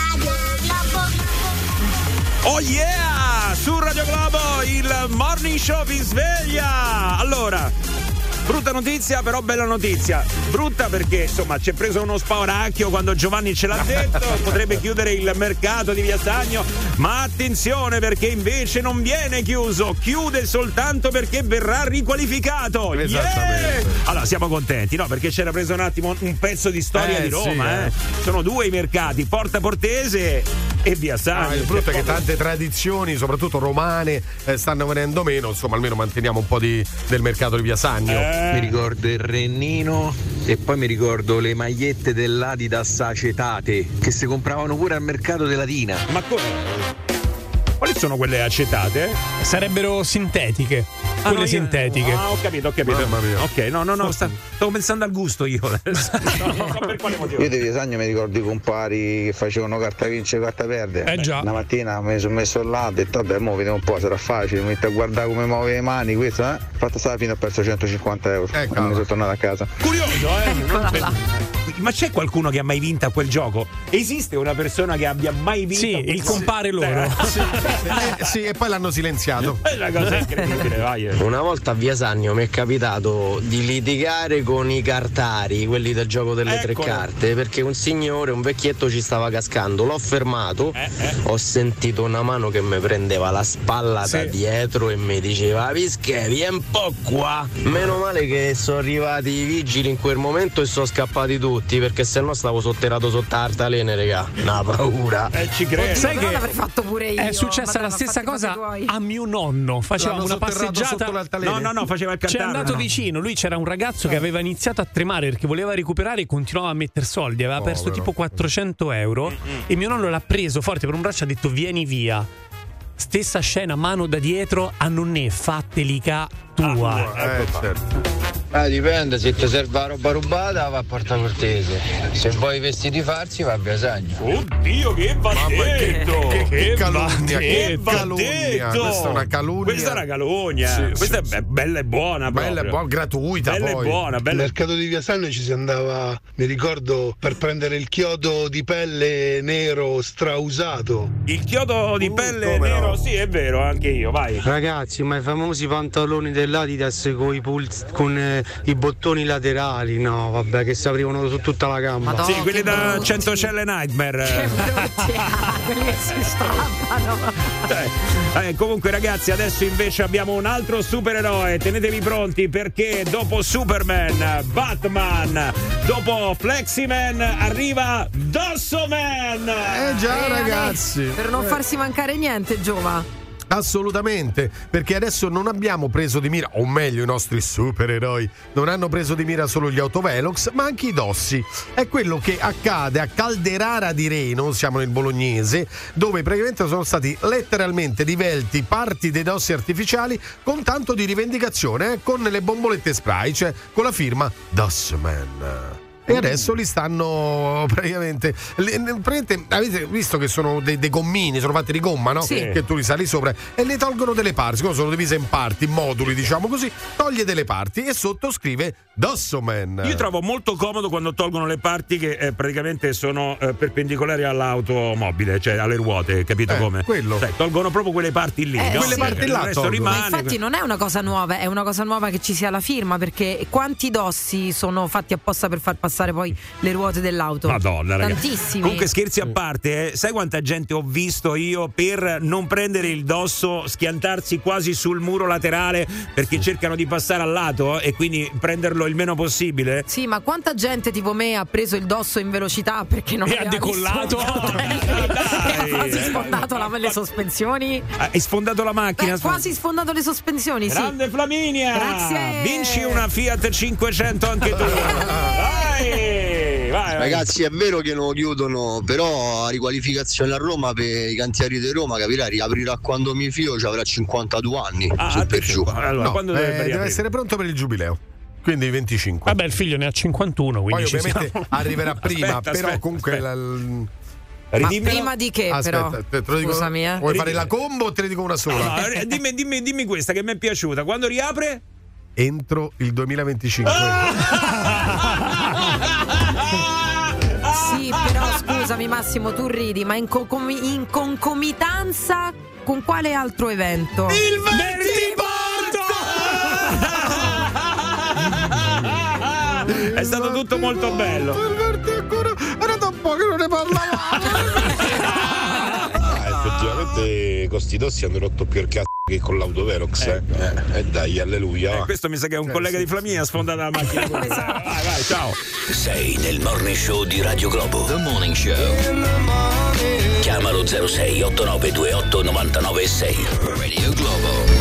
Oh yeah! Su Radio Globo il Morning Show vi sveglia. Allora, brutta notizia, però bella notizia. Brutta perché, insomma, ci è preso uno spauracchio quando Giovanni ce l'ha detto, potrebbe chiudere il mercato di Via Sannio, ma attenzione perché invece non viene chiuso, chiude soltanto perché verrà riqualificato. Esattamente. Yeah! Allora, siamo contenti, no? Perché c'era preso un attimo un pezzo di storia di Roma, Sono due i mercati, Porta Portese e Via Sannio. Il brutto è che tante tradizioni, soprattutto romane, stanno venendo meno, insomma, almeno manteniamo un po' del mercato di Via Sannio. Mi ricordo il Rennino e poi mi ricordo le magliette dell'Adidas acetate che si compravano pure al mercato della Latina. Ma quali sono quelle acetate? Sarebbero sintetiche. Quelle sintetiche. Ho capito. Mamma mia. Ok, no, stavo pensando al gusto io adesso. Non so per quale motivo. Io di Via Sannio mi ricordo i compari che facevano carta vince e carta perde. Già. Una mattina mi sono messo là, ho detto vabbè, mo vediamo un po', sarà facile, mi metto a guardare come muove le mani, questo, Fatta stare fino a perso 150 euro. Me ne sono tornato a casa. Curioso, Ma c'è qualcuno che ha mai vinto a quel gioco? Esiste una persona che abbia mai vinto? Sì, il compare loro. Sì, e poi l'hanno silenziato. È una cosa incredibile, vai. Una volta a Via Sannio mi è capitato di litigare con i cartari, quelli del gioco delle tre carte, perché un signore, un vecchietto ci stava cascando, l'ho fermato, ho sentito una mano che mi prendeva la spalla da dietro e mi diceva Pische, vieni un po' qua. Meno male che sono arrivati i vigili in quel momento e sono scappati tutti, perché sennò stavo sotterrato sotto l'altalene, regà. Una paura. Ci credo. Sai che l'avrei fatto pure io. È successa la stessa cosa a mio nonno. Faceva una passeggiata. No, faceva il cantare. C'è andato vicino. Lui c'era un ragazzo che aveva iniziato a tremare perché voleva recuperare e continuava a mettere soldi. Aveva perso tipo 400 euro. E mio nonno l'ha preso forte per un braccio e ha detto vieni via. Stessa scena, mano da dietro, a nonnè, fattelica tua. Certo. Dipende, se ti serve la roba rubata va a Porta Cortese, se vuoi i vestiti farsi va a Via Sannio. Oddio, che va detto! Che calunnia, che va detto! Questa è una calunnia. Questa è una calunnia. Sì, questa è bella e buona. Bella e buona, gratuita. Bella poi. e buona. Al mercato di Via Sannio ci si andava, mi ricordo, per prendere il chiodo di pelle nero strausato. Il chiodo di pelle nero, sì, è vero, anche io, vai. Ragazzi, ma i famosi pantaloni dell'Adidas con i bottoni laterali, no, vabbè, che si aprivano su tutta la gamba. Madonna, sì, quelli da 100 celle Nightmare. Quelli che si strappano. Comunque, ragazzi, adesso invece abbiamo un altro supereroe. Tenetevi pronti perché dopo Superman, Batman, dopo Fleximan arriva Dossoman. Già, ragazzi. Per non farsi mancare niente, Giova. Assolutamente, perché adesso non abbiamo preso di mira, o meglio i nostri supereroi non hanno preso di mira solo gli autovelox, ma anche i dossi. È quello che accade a Calderara di Reno, siamo nel bolognese, dove praticamente sono stati letteralmente divelti parti dei dossi artificiali con tanto di rivendicazione, con le bombolette spray, cioè con la firma Dossman. E adesso li stanno praticamente avete visto che sono dei gommini, sono fatti di gomma, no? Sì. Che tu li sali sopra e ne tolgono delle parti, siccome sono divise in parti, in moduli, diciamo così, toglie delle parti e sotto scrive Dossoman. Io trovo molto comodo quando tolgono le parti che praticamente sono perpendicolari all'automobile, cioè alle ruote, capito come? Quello. Cioè, tolgono proprio quelle parti lì, no? Quelle parti là il resto tolgono. rimane. Ma infatti non è una cosa nuova, è una cosa nuova che ci sia la firma, perché quanti dossi sono fatti apposta per far passare poi le ruote dell'auto? Madonna, ragazzi. Tantissimi. Comunque, scherzi a parte, sai quanta gente ho visto io per non prendere il dosso schiantarsi quasi sul muro laterale perché cercano di passare al lato e quindi prenderlo il meno possibile? Sì, ma quanta gente tipo me ha preso il dosso in velocità perché non E aveva ha decollato? ha quasi sfondato le sospensioni. Hai sfondato la macchina? Quasi sfondato le sospensioni, sì. Grande Flaminia! Grazie! Vinci una Fiat 500 anche tu! Vai. Ragazzi, è vero che non lo chiudono, però la riqualificazione a Roma per i cantieri di Roma, capirai, riaprirà quando mio figlio ci avrà 52 anni, su per giù. Allora, No, quando deve essere pronto per il giubileo. Quindi 25. Vabbè, il figlio ne ha 51, quindi poi ovviamente arriverà prima, Aspetta, però aspetta, comunque Ridimmelo. Prima di che, Aspetta, però? te lo dico, Scusami, vuoi fare la combo o te ne dico una sola? No, dimmi questa che mi è piaciuta. Quando riapre? Entro il 2025. Sì, però scusami Massimo, tu ridi, ma in concomitanza con quale altro evento? Il Vertiporto! È stato tutto molto bello. Era da un po' che non ne Effettivamente con sti tossi hanno rotto più il cazzo che con l'autovelox. E dai, alleluia. Questo mi sa che è un collega di Flaminia, ha sfondato la macchina. Vai, ciao. Sei nel Morning Show di Radio Globo. The Morning Show. Chiamalo 06 8928 996. Radio Globo.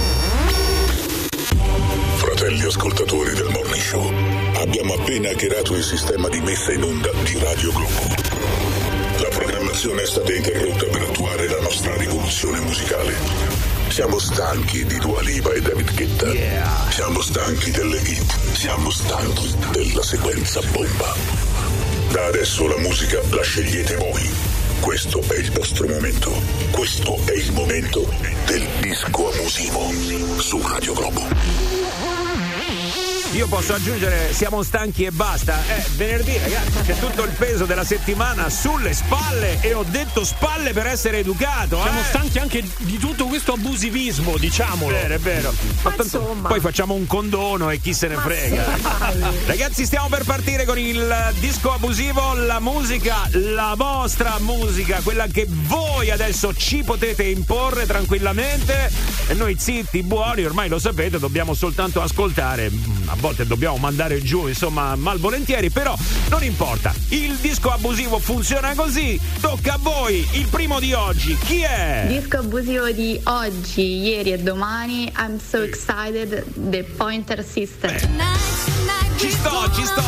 Fratelli ascoltatori del Morning Show, abbiamo appena hackerato il sistema di messa in onda di Radio Globo. La programmazione è stata interrotta per attuare la nostra rivoluzione musicale. Siamo stanchi di Dua Lipa e David Guetta. Siamo stanchi delle hit. Siamo stanchi della sequenza bomba. Da adesso la musica la scegliete voi. Questo è il vostro momento. Questo è il momento del disco abusivo su Radio Globo. Io posso aggiungere, siamo stanchi e basta. Venerdì, ragazzi, c'è tutto il peso della settimana sulle spalle, e ho detto spalle per essere educato. Siamo stanchi anche di tutto questo abusivismo, diciamolo. È vero. Poi facciamo un condono e chi se ne frega. Ragazzi, stiamo per partire con il disco abusivo, la musica, la vostra musica, quella che voi adesso ci potete imporre tranquillamente, e noi zitti, buoni, ormai lo sapete, dobbiamo soltanto ascoltare. A volte dobbiamo mandare giù, insomma, malvolentieri, però non importa. Il disco abusivo funziona così. Tocca a voi. Il primo di oggi, chi è? Disco abusivo di oggi, ieri e domani. I'm so excited, The Pointer Sisters. Ci sto.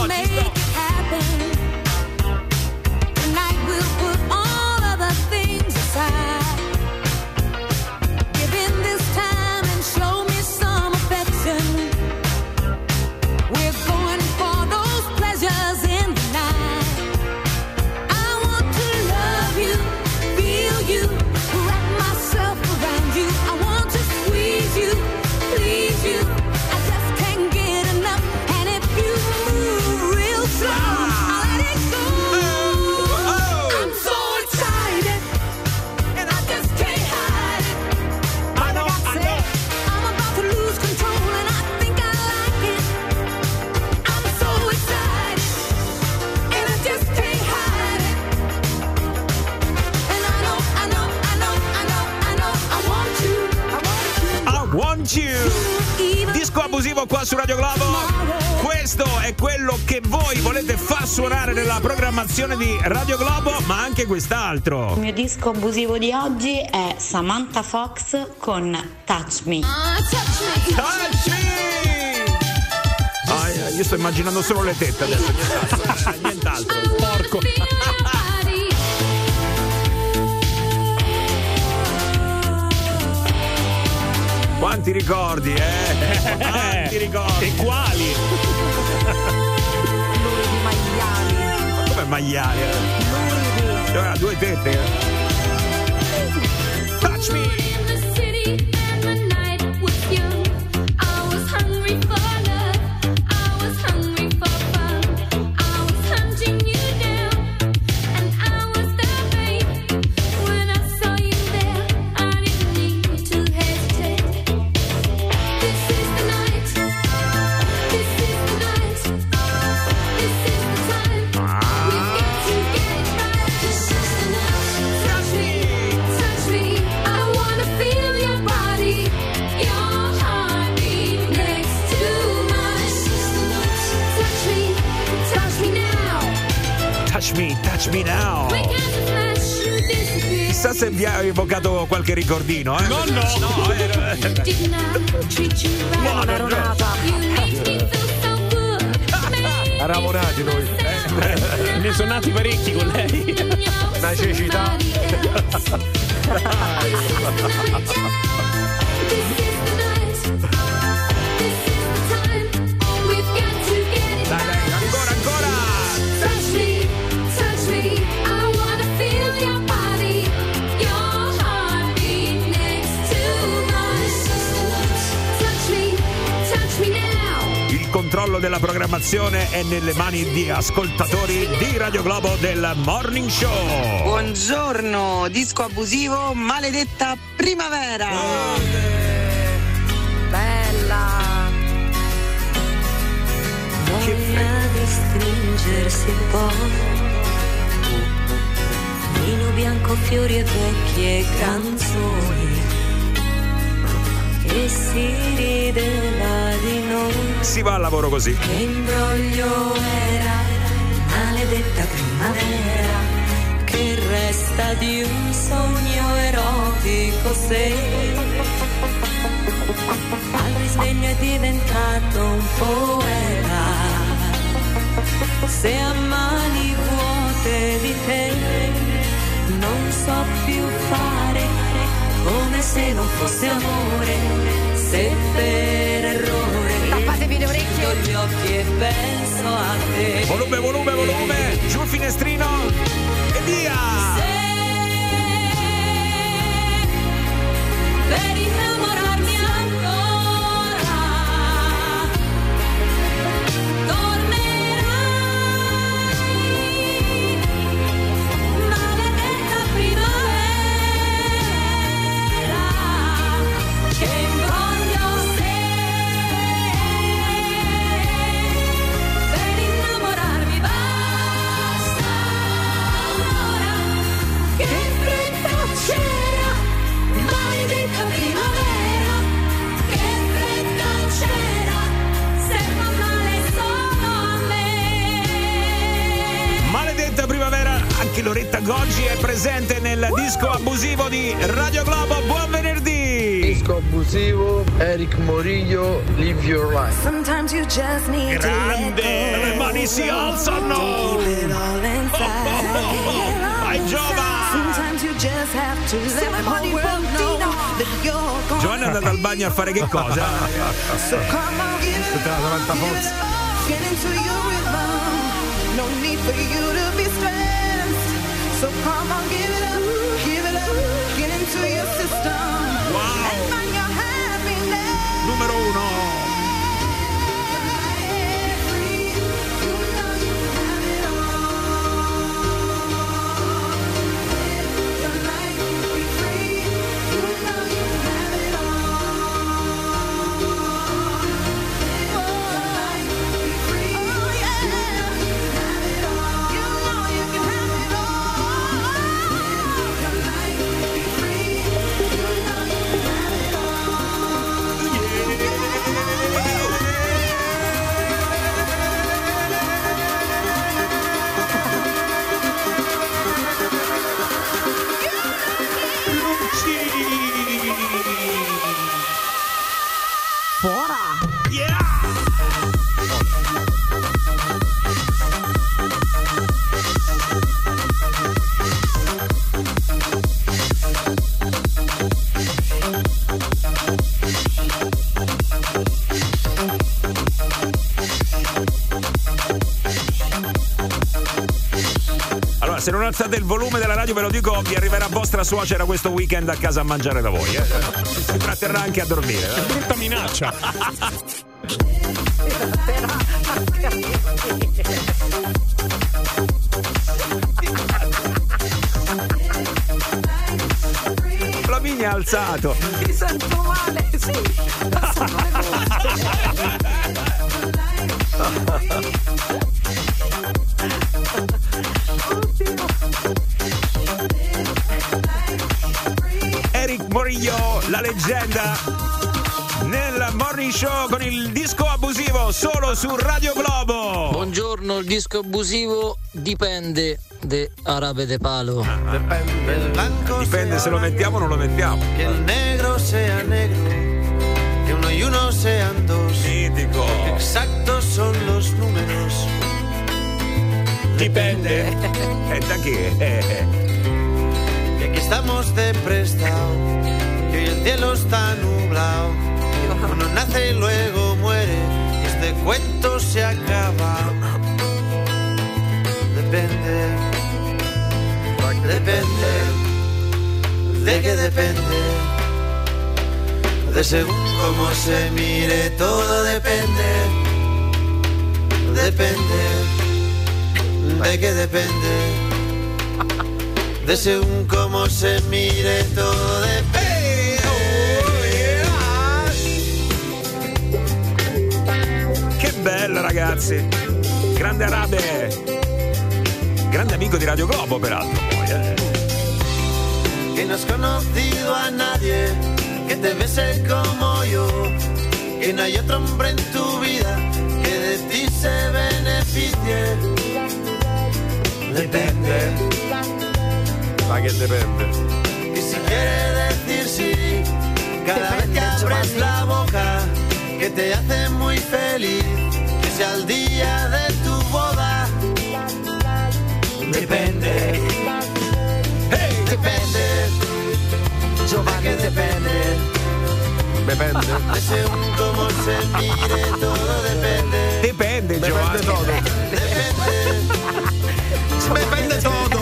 Disco abusivo qua su Radio Globo. Questo è quello che voi volete far suonare nella programmazione di Radio Globo, ma anche quest'altro. Il mio disco abusivo di oggi è Samantha Fox con Touch Me. Touch me! Io sto immaginando solo le tette adesso, nient'altro. Porco. Quanti ricordi, Quanti ricordi. E quali? Luridi maiali. Ma come maiali? Cioè, due tette. Touch me! Touch me now. Chissà se vi ha evocato qualche ricordino, No. Io non ero nata. Eravamo nati noi. Ne sono nati parecchi con lei. Una cecità. Dai, ancora. Touch me, I wanna feel your body. della programmazione è nelle mani di ascoltatori di Radio Globo del Morning Show. Buongiorno, disco abusivo, maledetta primavera. Bella. Voglia di stringersi poi, vino bianco, fiori e vecchie canzoni, e si rideva di noi. Si va al lavoro così. Che imbroglio era, maledetta primavera, che resta di un sogno erotico se al risveglio è diventato un poeta. Se a mani vuote di te non so più fare, come se non fosse amore, se per errore tappatevi le orecchie, chiudo gli occhi e penso a te. Volume, giù il finestrino e via! Per innamorarmi ancora tornerai, maledetta primavera, che imbroglio sei. Per innamorarmi basta ora, che fretta c'era, maledetta primavera, che fretta c'era, se fa male solo a me. Maledetta primavera, anche Loretta Goggi è presente nel disco abusivo di Radio Globo. Buon venerdì! Disco abusivo, Eric Morillo, Live Your Life. Sometimes you just need Grande, le mani si alzano! Vai Giova! Sometimes you just have to let the whole world know that you're gone. Giovanna è andata al bagno a fare che cosa? So come on, give it up, get into your rhythm. No need for you to be stressed. So come on, give it up, get into your system. Wow. And find your happiness. Numero 1. Se non alzate il volume della radio, ve lo dico, vi arriverà vostra suocera questo weekend a casa a mangiare da voi. Si tratterrà anche a dormire. Che brutta minaccia. Flaminia ha alzato. Mi sento male, sì. Eric Morillo, la leggenda, nel Morning Show con il disco abusivo solo su Radio Globo. Buongiorno, il disco abusivo dipende de Arabe de Palo. Dipende se lo mettiamo o non lo mettiamo. Que el negro sea negro, que uno y uno sean dos. Mítico. Exactos son los números. Dipende. ¿Da qué? Que aquí estamos de prestado, que hoy el cielo está nublado. Uno nace y luego muere, y este cuento se acaba. Depende, de qué depende, de según cómo se mire, todo depende. depende, de que depende, de según cómo se mire todo depende. Che bello, ragazzi. Grande Arabe. Grande amico di Radio Globo, peraltro. Que no has conocido a nadie que te bese como yo, que no hay otro hombre en tu vida que de ti se beneficie. Depende. Ma che dipende? Y si quiere decir sí, cada vez que abres la boca, que te hace muy feliz, que sea el día de tu boda. Depende. Hey, depende. Giovanni, que depende. Depende. De según cómo se mire, todo depende. Depende, Giovanni. Depende todo. Depende todo.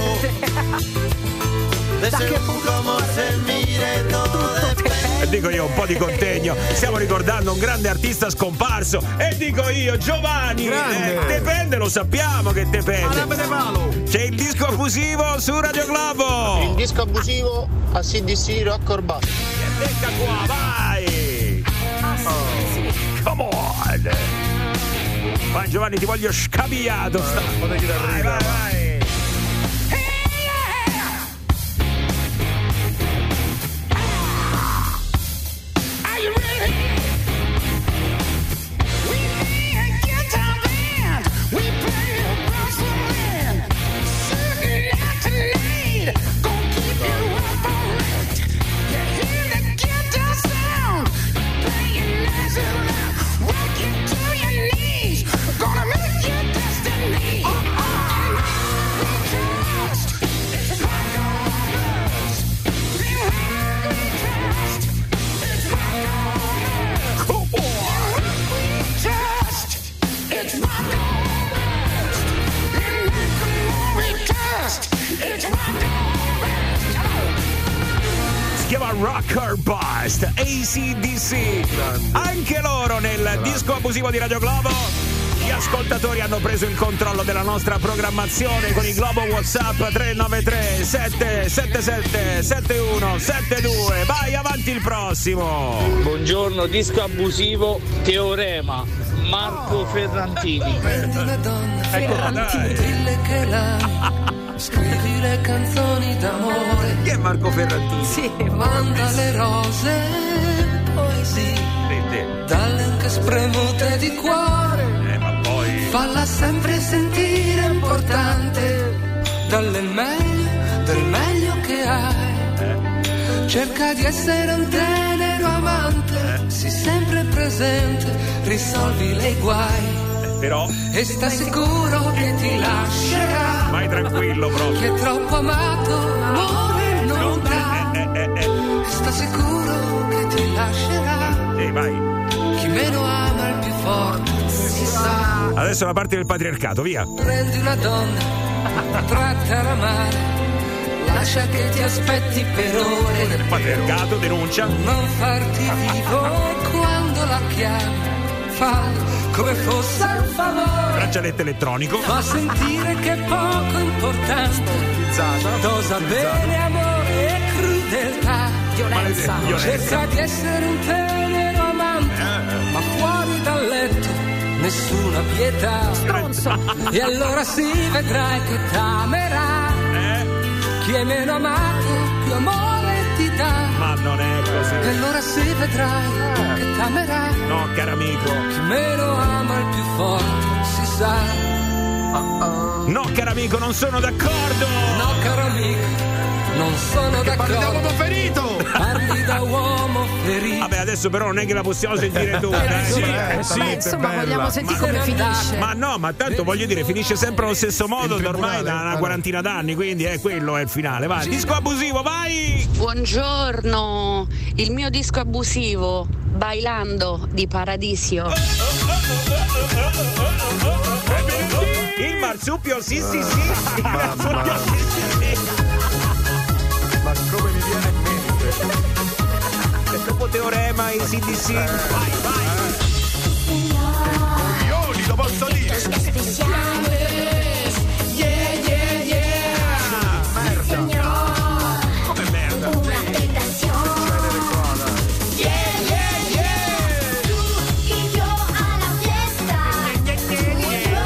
De según cómo se mire, todo depende. E dico io, un po' di contegno. Stiamo ricordando un grande artista scomparso. E dico io, Giovanni, dipende, lo sappiamo che dipende. C'è il disco abusivo su Radio Globo. Il disco abusivo a CDC Rock or Bust. Becca qua, vai! Come on! Vai Giovanni, ti voglio scabiato. Vai, vai. Rocker Bust, AC/DC, anche loro nel disco abusivo di Radio Globo. Gli ascoltatori hanno preso il controllo della nostra programmazione con i Globo WhatsApp 393 777 7172. Vai avanti il prossimo. Buongiorno, disco abusivo Teorema, Marco Ferrantini. Scrivi le canzoni d'amore. Chi è Marco Ferrantini? Sì, manda le rose, poesie, dalle spremute di cuore. Ma poi falla sempre sentire importante, dalle del meglio che hai. Cerca di essere un tenero amante, sii sempre presente, risolvi i guai. Però e sta sicuro che ti lascerà. Vai tranquillo proprio. Chi è troppo amato amore non dà. E sta sicuro che ti lascerà. Vai. Chi meno ama il più forte si sa. Adesso la parte del patriarcato, via. Prendi una donna, trattala male, lascia che ti aspetti per ore. Il patriarcato denuncia. Non farti vivo quando la chiami, fallo come fosse un favore. Braccialetto elettronico. Fa sentire che è poco importante. Dosa bene amore e crudeltà. Violenza. Cerca di essere un tenero amante, ma fuori dal letto nessuna pietà. Stronzo. E allora si vedrai che t'amerà. Chi è meno amato più amore ti dà. Ma non è così. E allora si vedrai che t'amerà. No, caro amico. Chi meno ama il più forte si sa. No, caro amico, non sono d'accordo. No, caro amico, non sono d'accordo. Parli da uomo ferito. Parli da uomo ferito. Vabbè, adesso però non è che la possiamo sentire tutta. Sì, insomma, vogliamo sentire come finisce. Ma no, ma tanto voglio dire, finisce sempre allo stesso modo ormai da una quarantina d'anni, quindi quello è il finale. Vai, disco abusivo, vai! Buongiorno, il mio disco abusivo, Bailando di Paradisio. Il marsupio, sì. Il marsupio, sì. Ma come mi viene in mente? E dopo Teorema, AC/DC. Vai. Coglioni, lo posso dire? especiales. Yeah, yeah, yeah. Sí, señor. Come merda? Una tentación. Yeah, yeah, yeah. Tú y yo a la fiesta. Tú y yo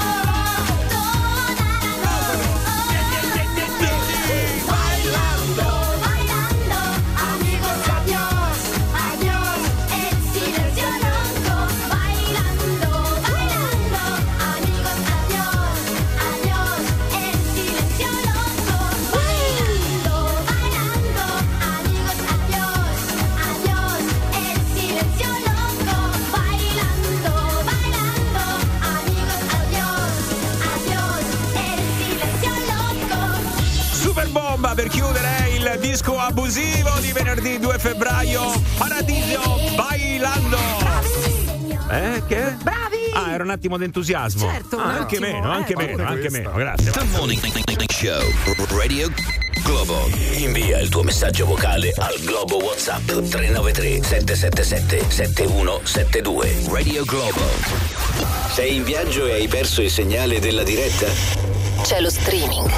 toda la noche. Bailando, bailando. Amigos, adiós, adiós. El silencio loco. Bailando, bailando. Amigos, adiós, adiós. El silencio loco. Bailando, bailando. Amigos, adiós, adiós. El silencio loco. Bailando, bailando. Amigos, adiós, adiós. El silencio loco. Super bomba per chiudere il disco abusivo di venerdì 2 febbraio. Paradiso bailando. Che? Bravi! Ah, era un attimo d'entusiasmo. Certo, un anche attimo, meno, anche meno, anche meno. Grazie. The Morning Show Radio Globo. Invia il tuo messaggio vocale al Globo WhatsApp 393 777 7172. Radio Globo. Sei in viaggio e hai perso il segnale della diretta? C'è lo streaming.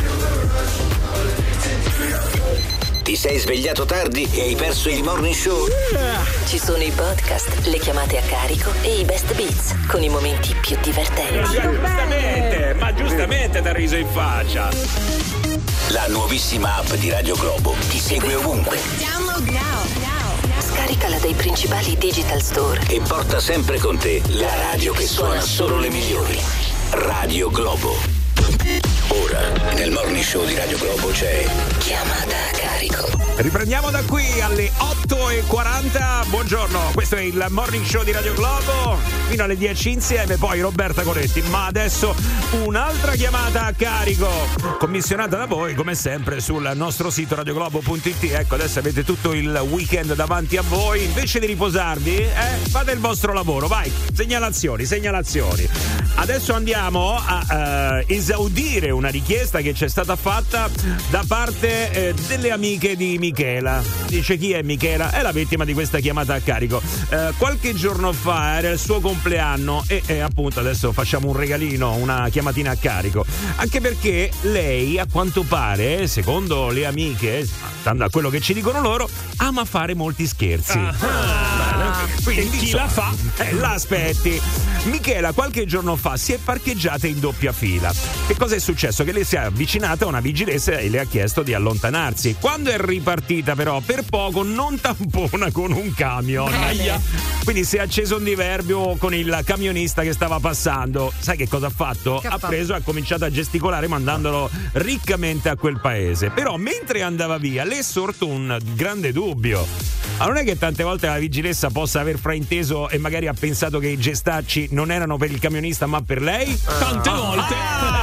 Ti sei svegliato tardi e hai perso il morning show? Ci sono i podcast, le chiamate a carico e i best beats con i momenti più divertenti. Ma giustamente ti ha riso in faccia. La nuovissima app di Radio Globo ti segue ovunque Download now. Scaricala dai principali digital store e porta sempre con te la radio che suona solo le migliori. Radio Globo. Ora, nel morning show di Radio Globo c'è Chiamata a carico. Riprendiamo da qui alle 8:40. Buongiorno, questo è il morning show di Radio Globo. Fino alle 10 insieme, poi Roberta Coretti. Ma adesso un'altra chiamata a carico, commissionata da voi, come sempre, sul nostro sito radioglobo.it. Ecco, adesso avete tutto il weekend davanti a voi. Invece di riposarvi, fate il vostro lavoro. Vai, segnalazioni. Adesso andiamo a esaudire una richiesta che ci è stata fatta da parte delle amiche di Michela. Dice: chi è Michela? È la vittima di questa chiamata a carico. Qualche giorno fa era il suo compleanno e appunto adesso facciamo un regalino, una chiamatina a carico, anche perché lei, a quanto pare, secondo le amiche, stando a quello che ci dicono loro, ama fare molti scherzi. Quindi chi la fa? La aspetti. Michela qualche giorno fa si è parcheggiata in doppia fila. Che cosa è successo? Che lei si è avvicinata a una vigilessa e le ha chiesto di allontanarsi. Quando è ripartita però per poco non tampona con un camion. Quindi si è acceso un diverbio con il camionista che stava passando. Sai che cosa ha fatto? Ha preso e ha cominciato a gesticolare mandandolo riccamente a quel paese. Però mentre andava via le è sorto un grande dubbio. Ma non è che tante volte la vigilessa possa aver frainteso e magari ha pensato che i gestacci non erano per il camionista ma per lei? Tante volte!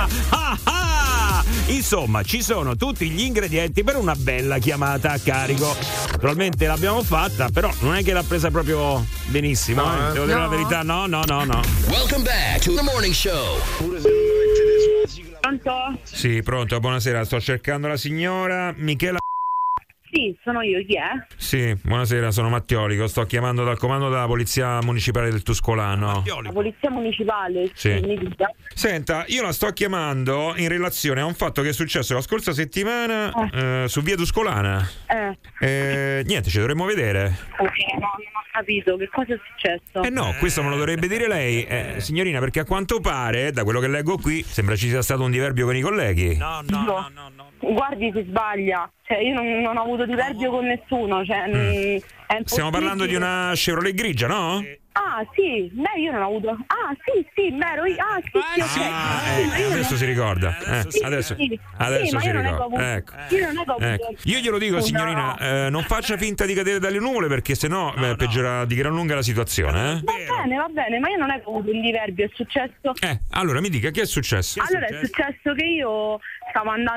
Insomma, ci sono tutti gli ingredienti per una bella chiamata a carico. Naturalmente l'abbiamo fatta, però non è che l'ha presa proprio benissimo. Devo dire la verità, no. Welcome back to the morning show. Pronto? Sì, pronto, buonasera, sto cercando la signora Michela. Sì, sono io, chi è? Sì, buonasera, sono Mattiolico, sto chiamando dal comando della Polizia Municipale del Tuscolano. La Polizia Municipale? Sì. Mi dica. Senta, io la sto chiamando in relazione a un fatto che è successo la scorsa settimana su via Tuscolana. Niente, ci dovremmo vedere. Ok, no, non ho capito, che cosa è successo? No, questo me lo dovrebbe dire lei, signorina, perché a quanto pare, da quello che leggo qui, sembra ci sia stato un diverbio con i colleghi. No. Guardi, si sbaglia. Cioè, io non ho avuto diverbio con nessuno. Cioè, è impossibile. Stiamo parlando di una Chevrolet grigia, no? Ah, sì, beh, io non ho avuto. Ah, sì, vero. Adesso si ricorda. Adesso si ricorda. Ecco. Io glielo dico, signorina, non faccia finta di cadere dalle nuvole perché sennò peggiora di gran lunga la situazione. Va bene, ma io non è che ho avuto un diverbio, è successo. Allora mi dica, che è successo? Allora è successo che io stavo andando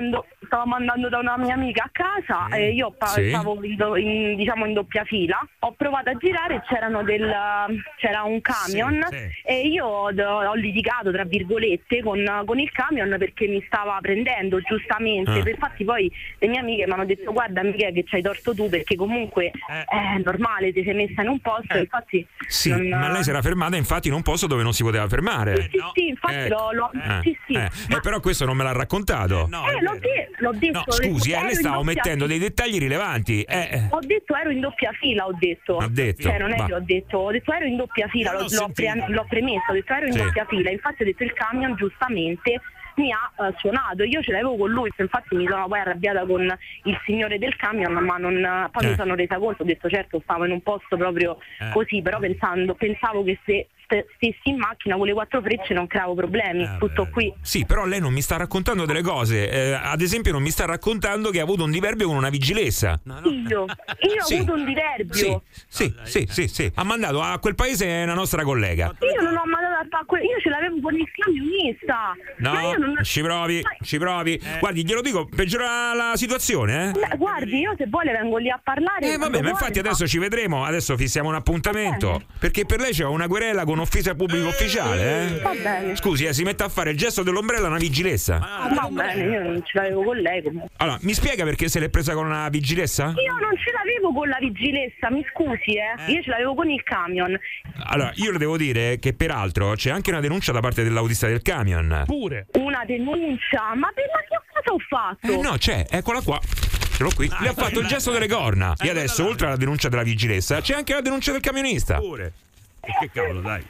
stavamo andando da una mia amica a casa e io stavo in doppia fila. Ho provato a girare e c'era un camion e io ho litigato tra virgolette con il camion perché mi stava prendendo giustamente. Infatti poi le mie amiche mi hanno detto: guarda Michele, che c'hai torto tu, perché comunque è normale, ti sei messa in un posto. Infatti ma lei si era fermata infatti in un posto dove non si poteva fermare. Sì, infatti però questo non me l'ha raccontato. L'ho detto. No, scusi, lei stava omettendo dei dettagli rilevanti. Ho detto ero in doppia fila, ho detto. Cioè, non è che ho detto ero in doppia fila, l'ho premesso, ho detto ero in doppia fila. Infatti ho detto il camion giustamente mi ha suonato, io ce l'avevo con lui, infatti mi sono poi arrabbiata con il signore del camion, ma poi mi sono resa conto, ho detto certo stavo in un posto proprio così, però pensavo che se stessi in macchina con le 4 frecce non creavo problemi, tutto qui. Sì, però lei non mi sta raccontando delle cose, ad esempio non mi sta raccontando che ha avuto un diverbio con una vigilessa. Io ho avuto un diverbio. Sì, ha mandato a quel paese una nostra collega. Io non ho mandato io ce l'avevo con il camionista. No, ci provi. Guardi, glielo dico, peggiora la situazione, Guardi, io se vuole vengo lì a parlare. Vabbè, ma infatti adesso ci vedremo, adesso fissiamo un appuntamento, perché per lei c'è una querela con offesa pubblico ufficiale, Va bene. Scusi, si mette a fare il gesto dell'ombrello a una vigilessa. Va bene, io non ce l'avevo con lei comunque. Allora, mi spiega perché se l'è presa con una vigilessa? Io non ce l'avevo con la vigilessa, mi scusi, io ce l'avevo con il camion. Allora, io le devo dire che peraltro c'è anche una denuncia da parte dell'autista del camion. Pure. Una denuncia? Ma che cosa ho fatto? No, c'è, eccola qua. Ce l'ho qui. Le ha fatto il gesto delle corna. E adesso, oltre alla denuncia della vigilessa, c'è anche la denuncia del camionista. Pure. Che cavolo, dai.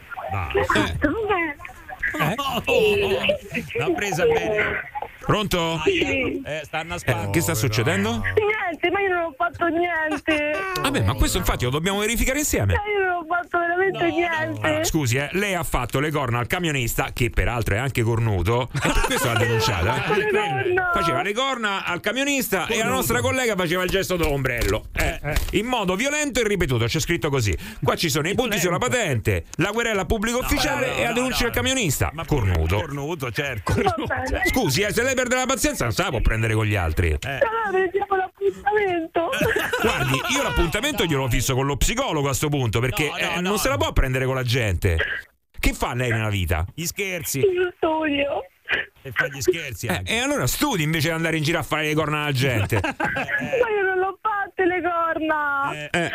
L'ha presa bene. Pronto? Stanno a spalla. Che sta succedendo? Niente, ma io non ho fatto niente. Vabbè, ma questo infatti lo dobbiamo verificare insieme. Io non ho fatto veramente niente. Allora, scusi, lei ha fatto le corna al camionista, che peraltro è anche cornuto. E per questo l'ha denunciata. Faceva le corna al camionista e la nostra collega faceva il gesto dell'ombrello. In modo violento e ripetuto, c'è scritto così. Qua ci sono i punti sulla patente, la querela pubblico ufficiale e la denuncia del camionista. Cornuto, certo. Scusi, se lei perde la pazienza non se la può prendere con gli altri. Prendiamo l'appuntamento. Guardi, io l'appuntamento glielo fisso con lo psicologo a sto punto, perché non se la può prendere con la gente. Che fa lei nella vita? Gli scherzi. Io studio. E fa gli scherzi anche. E allora studi invece di andare in giro a fare le corna alla gente. Ma io non l'ho fatte le corna.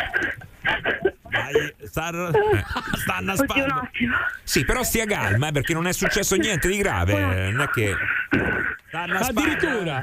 Dai, stanno a spalla. Un attimo. Sì, però stia calma, perché non è successo niente di grave. Non è che. Stanno a spalla. Addirittura.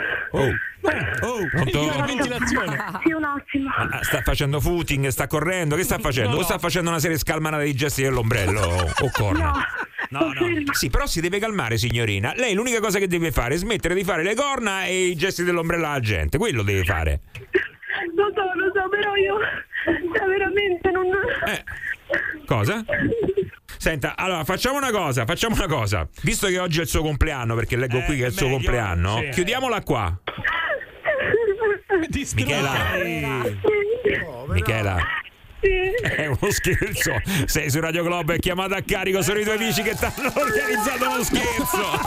Pronto? Ventilazione. Sì, un attimo. Sta facendo footing, sta correndo, che sta facendo? O sta facendo una serie scalmanata di gesti dell'ombrello o corna? No. Sì, però si deve calmare, signorina. Lei l'unica cosa che deve fare è smettere di fare le corna e i gesti dell'ombrello alla gente. Quello deve fare. Lo so, però io veramente non. Cosa? Senta, allora facciamo una cosa. Visto che oggi è il suo compleanno, perché leggo qui che è il suo compleanno, chiudiamola qua. Michela. È uno scherzo. Sei su Radio Globo, è chiamata a carico. Sono i tuoi amici che ti hanno organizzato uno scherzo.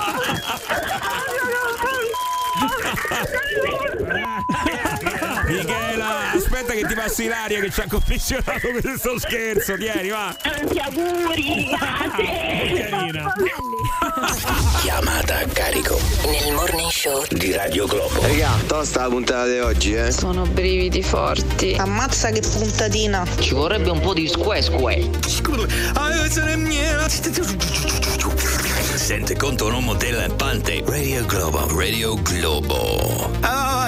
Michela, aspetta che ti passi l'aria che ci ha commissionato questo scherzo. Vieni, va. Tanti auguri, grazie. Chiamata a carico Nel Morning Show di Radio Globo. Raga, tosta la puntata di oggi, Sono brividi forti. Ammazza che puntatina. Ci vorrebbe un po' di sque. Sente conto un uomo della Pante. Radio Globo.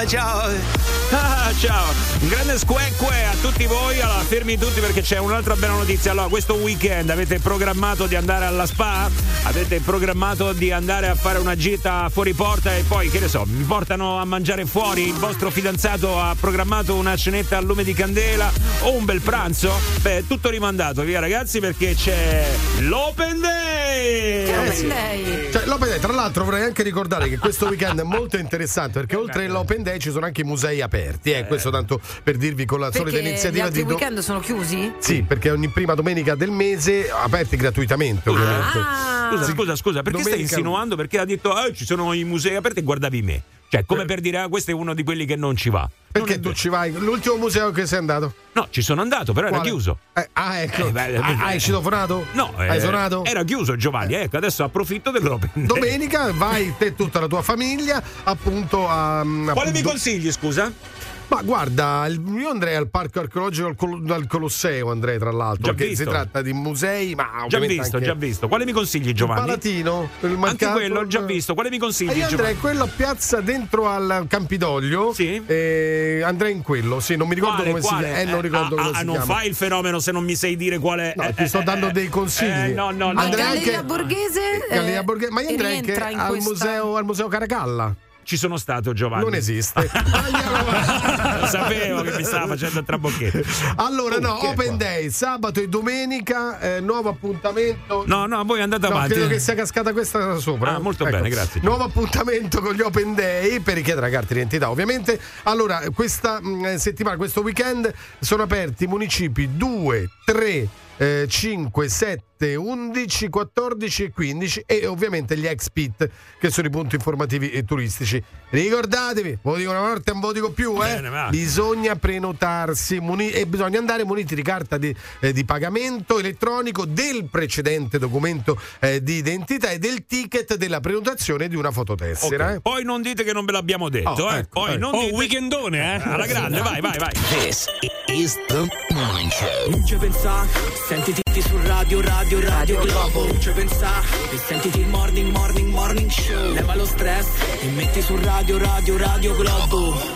Ciao, un grande sque a tutti voi. Allora, fermi tutti perché c'è un'altra bella notizia. Allora, questo weekend avete programmato di andare alla spa? Avete programmato di andare a fare una gita fuori porta e poi, che ne so, vi portano a mangiare fuori? Il vostro fidanzato ha programmato una cenetta al lume di candela o un bel pranzo? Beh, tutto rimandato, via ragazzi, perché c'è l'Open Day! Cioè, l'Open Day, tra l'altro vorrei anche ricordare che questo weekend è molto interessante, perché oltre all'Open Day ci sono anche i musei aperti, questo tanto per dirvi, con la solita iniziativa di weekend sono chiusi? Sì, perché ogni prima domenica del mese aperti gratuitamente, ovviamente. Scusa, perché domenica... stai insinuando? Perché ha detto ci sono i musei aperti e guardavi me. Cioè, come per dire, questo è uno di quelli che non ci va. Perché tu ci vai? L'ultimo museo che sei andato? No, ci sono andato, però era chiuso. Ecco. Hai citofonato? No, hai suonato? Era chiuso, Giovanni. Ecco, adesso approfitto dell'Open Day. Domenica vai te e tutta la tua famiglia appunto a... Quale mi consigli, scusa? Ma guarda, io andrei al parco archeologico al Colosseo, andrei tra l'altro, perché si tratta di musei, ma già visto. Quale mi consigli, Giovanni? Il Palatino, anche quello ho già visto. Quale mi consigli, io andrei Giovanni? quello a piazza dentro al Campidoglio. Sì. Andrei in quello, sì, non mi ricordo come si chiama. Non ricordo come si non chiama. fai il fenomeno se non mi sai dire qual è. No, ti sto dando dei consigli. No. Galleria Borghese. Ma io andrei anche al museo Caracalla. Ci sono stato, Giovanni. Non esiste. Lo sapevo che mi stava facendo il trabocchetto. Allora, Open Day, sabato e domenica, nuovo appuntamento. No, voi andate avanti. Credo che sia cascata questa sopra. Molto bene, grazie. Nuovo appuntamento con gli Open Day per richiedere la carta d'identità, ovviamente. Allora, questa settimana, questo weekend, sono aperti i municipi 2, 3, 5, 7, 11, 14 e 15 e ovviamente gli ex-pit, che sono i punti informativi e turistici. Ricordatevi, ve lo dico una volta e non ve lo dico più, bisogna prenotarsi e bisogna andare muniti di carta di pagamento elettronico, del precedente documento di identità e del ticket della prenotazione di una fototessera. Okay. Poi non dite che non ve l'abbiamo detto. Poi non dite... weekendone, alla grande, vai. This is the morning show. Non ci pensa, sentiti su Radio Globo. Non ci pensa, e sentiti il morning show. Leva lo stress e metti su Radio Globo.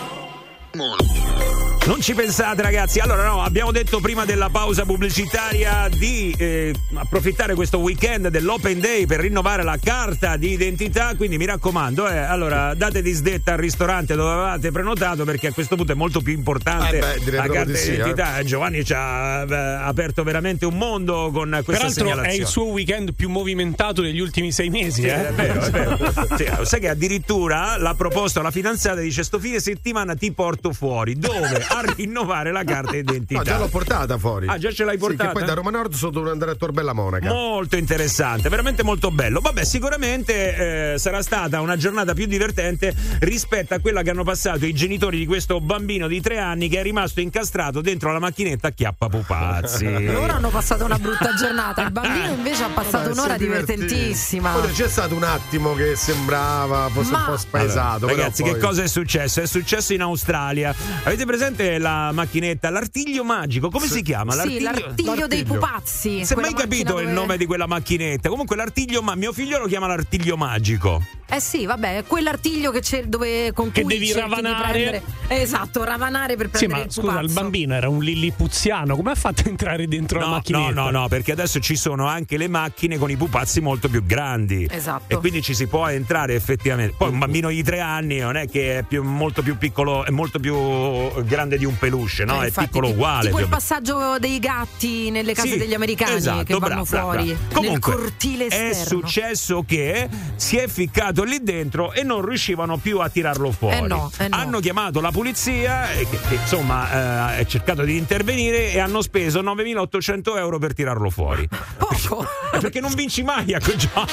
Non ci pensate, ragazzi. Allora, abbiamo detto prima della pausa pubblicitaria di approfittare questo weekend dell'Open Day per rinnovare la carta di identità, quindi mi raccomando, allora date disdetta al ristorante dove avevate prenotato, perché a questo punto è molto più importante la carta di identità. Giovanni ci ha aperto veramente un mondo con questa segnalazione. Peraltro è il suo weekend più movimentato degli ultimi 6 mesi. Sì, è vero. Sì, sai che addirittura l'ha proposto alla fidanzata, dice: sto fine settimana ti porto fuori. Dove? A rinnovare la carta d'identità. No, già l'ho portata fuori. Già ce l'hai portata? Sì, che poi da Roma Nord sono dovuto andare a Torbella Monaca. Molto interessante, veramente molto bello. Vabbè, sicuramente sarà stata una giornata più divertente rispetto a quella che hanno passato i genitori di questo bambino di 3 anni che è rimasto incastrato dentro la macchinetta chiappa pupazzi. Loro hanno passato una brutta giornata, il bambino invece ha passato un'ora divertentissima. Poi c'è stato un attimo che sembrava fosse un po' spaesato. Allora, ragazzi, che cosa è successo? È successo in Australia. Avete presente la macchinetta, l'artiglio magico? Come si chiama? L'artiglio dei pupazzi. Si è mai capito il nome di quella macchinetta? Comunque l'artiglio, mio figlio lo chiama l'artiglio magico. Sì, vabbè, quell'artiglio che c'è con che cui devi ravanare. Esatto, ravanare per prendere il pupazzo. Scusa, il bambino era un lillipuziano, come ha fatto a entrare dentro la macchinetta? No, perché adesso ci sono anche le macchine con i pupazzi molto più grandi. Esatto. E quindi ci si può entrare effettivamente. Poi un bambino di 3 anni non è che è molto più piccolo, è molto più grande di un peluche, no? È piccolo uguale. Tipo il passaggio dei gatti nelle case degli americani, che vanno fuori. Comunque, nel cortile esterno. È successo che si è ficcato lì dentro e non riuscivano più a tirarlo fuori. No. Hanno chiamato la polizia che insomma ha cercato di intervenire e hanno speso 9.800 euro per tirarlo fuori. Poco. Perché non vinci mai a quel gioco.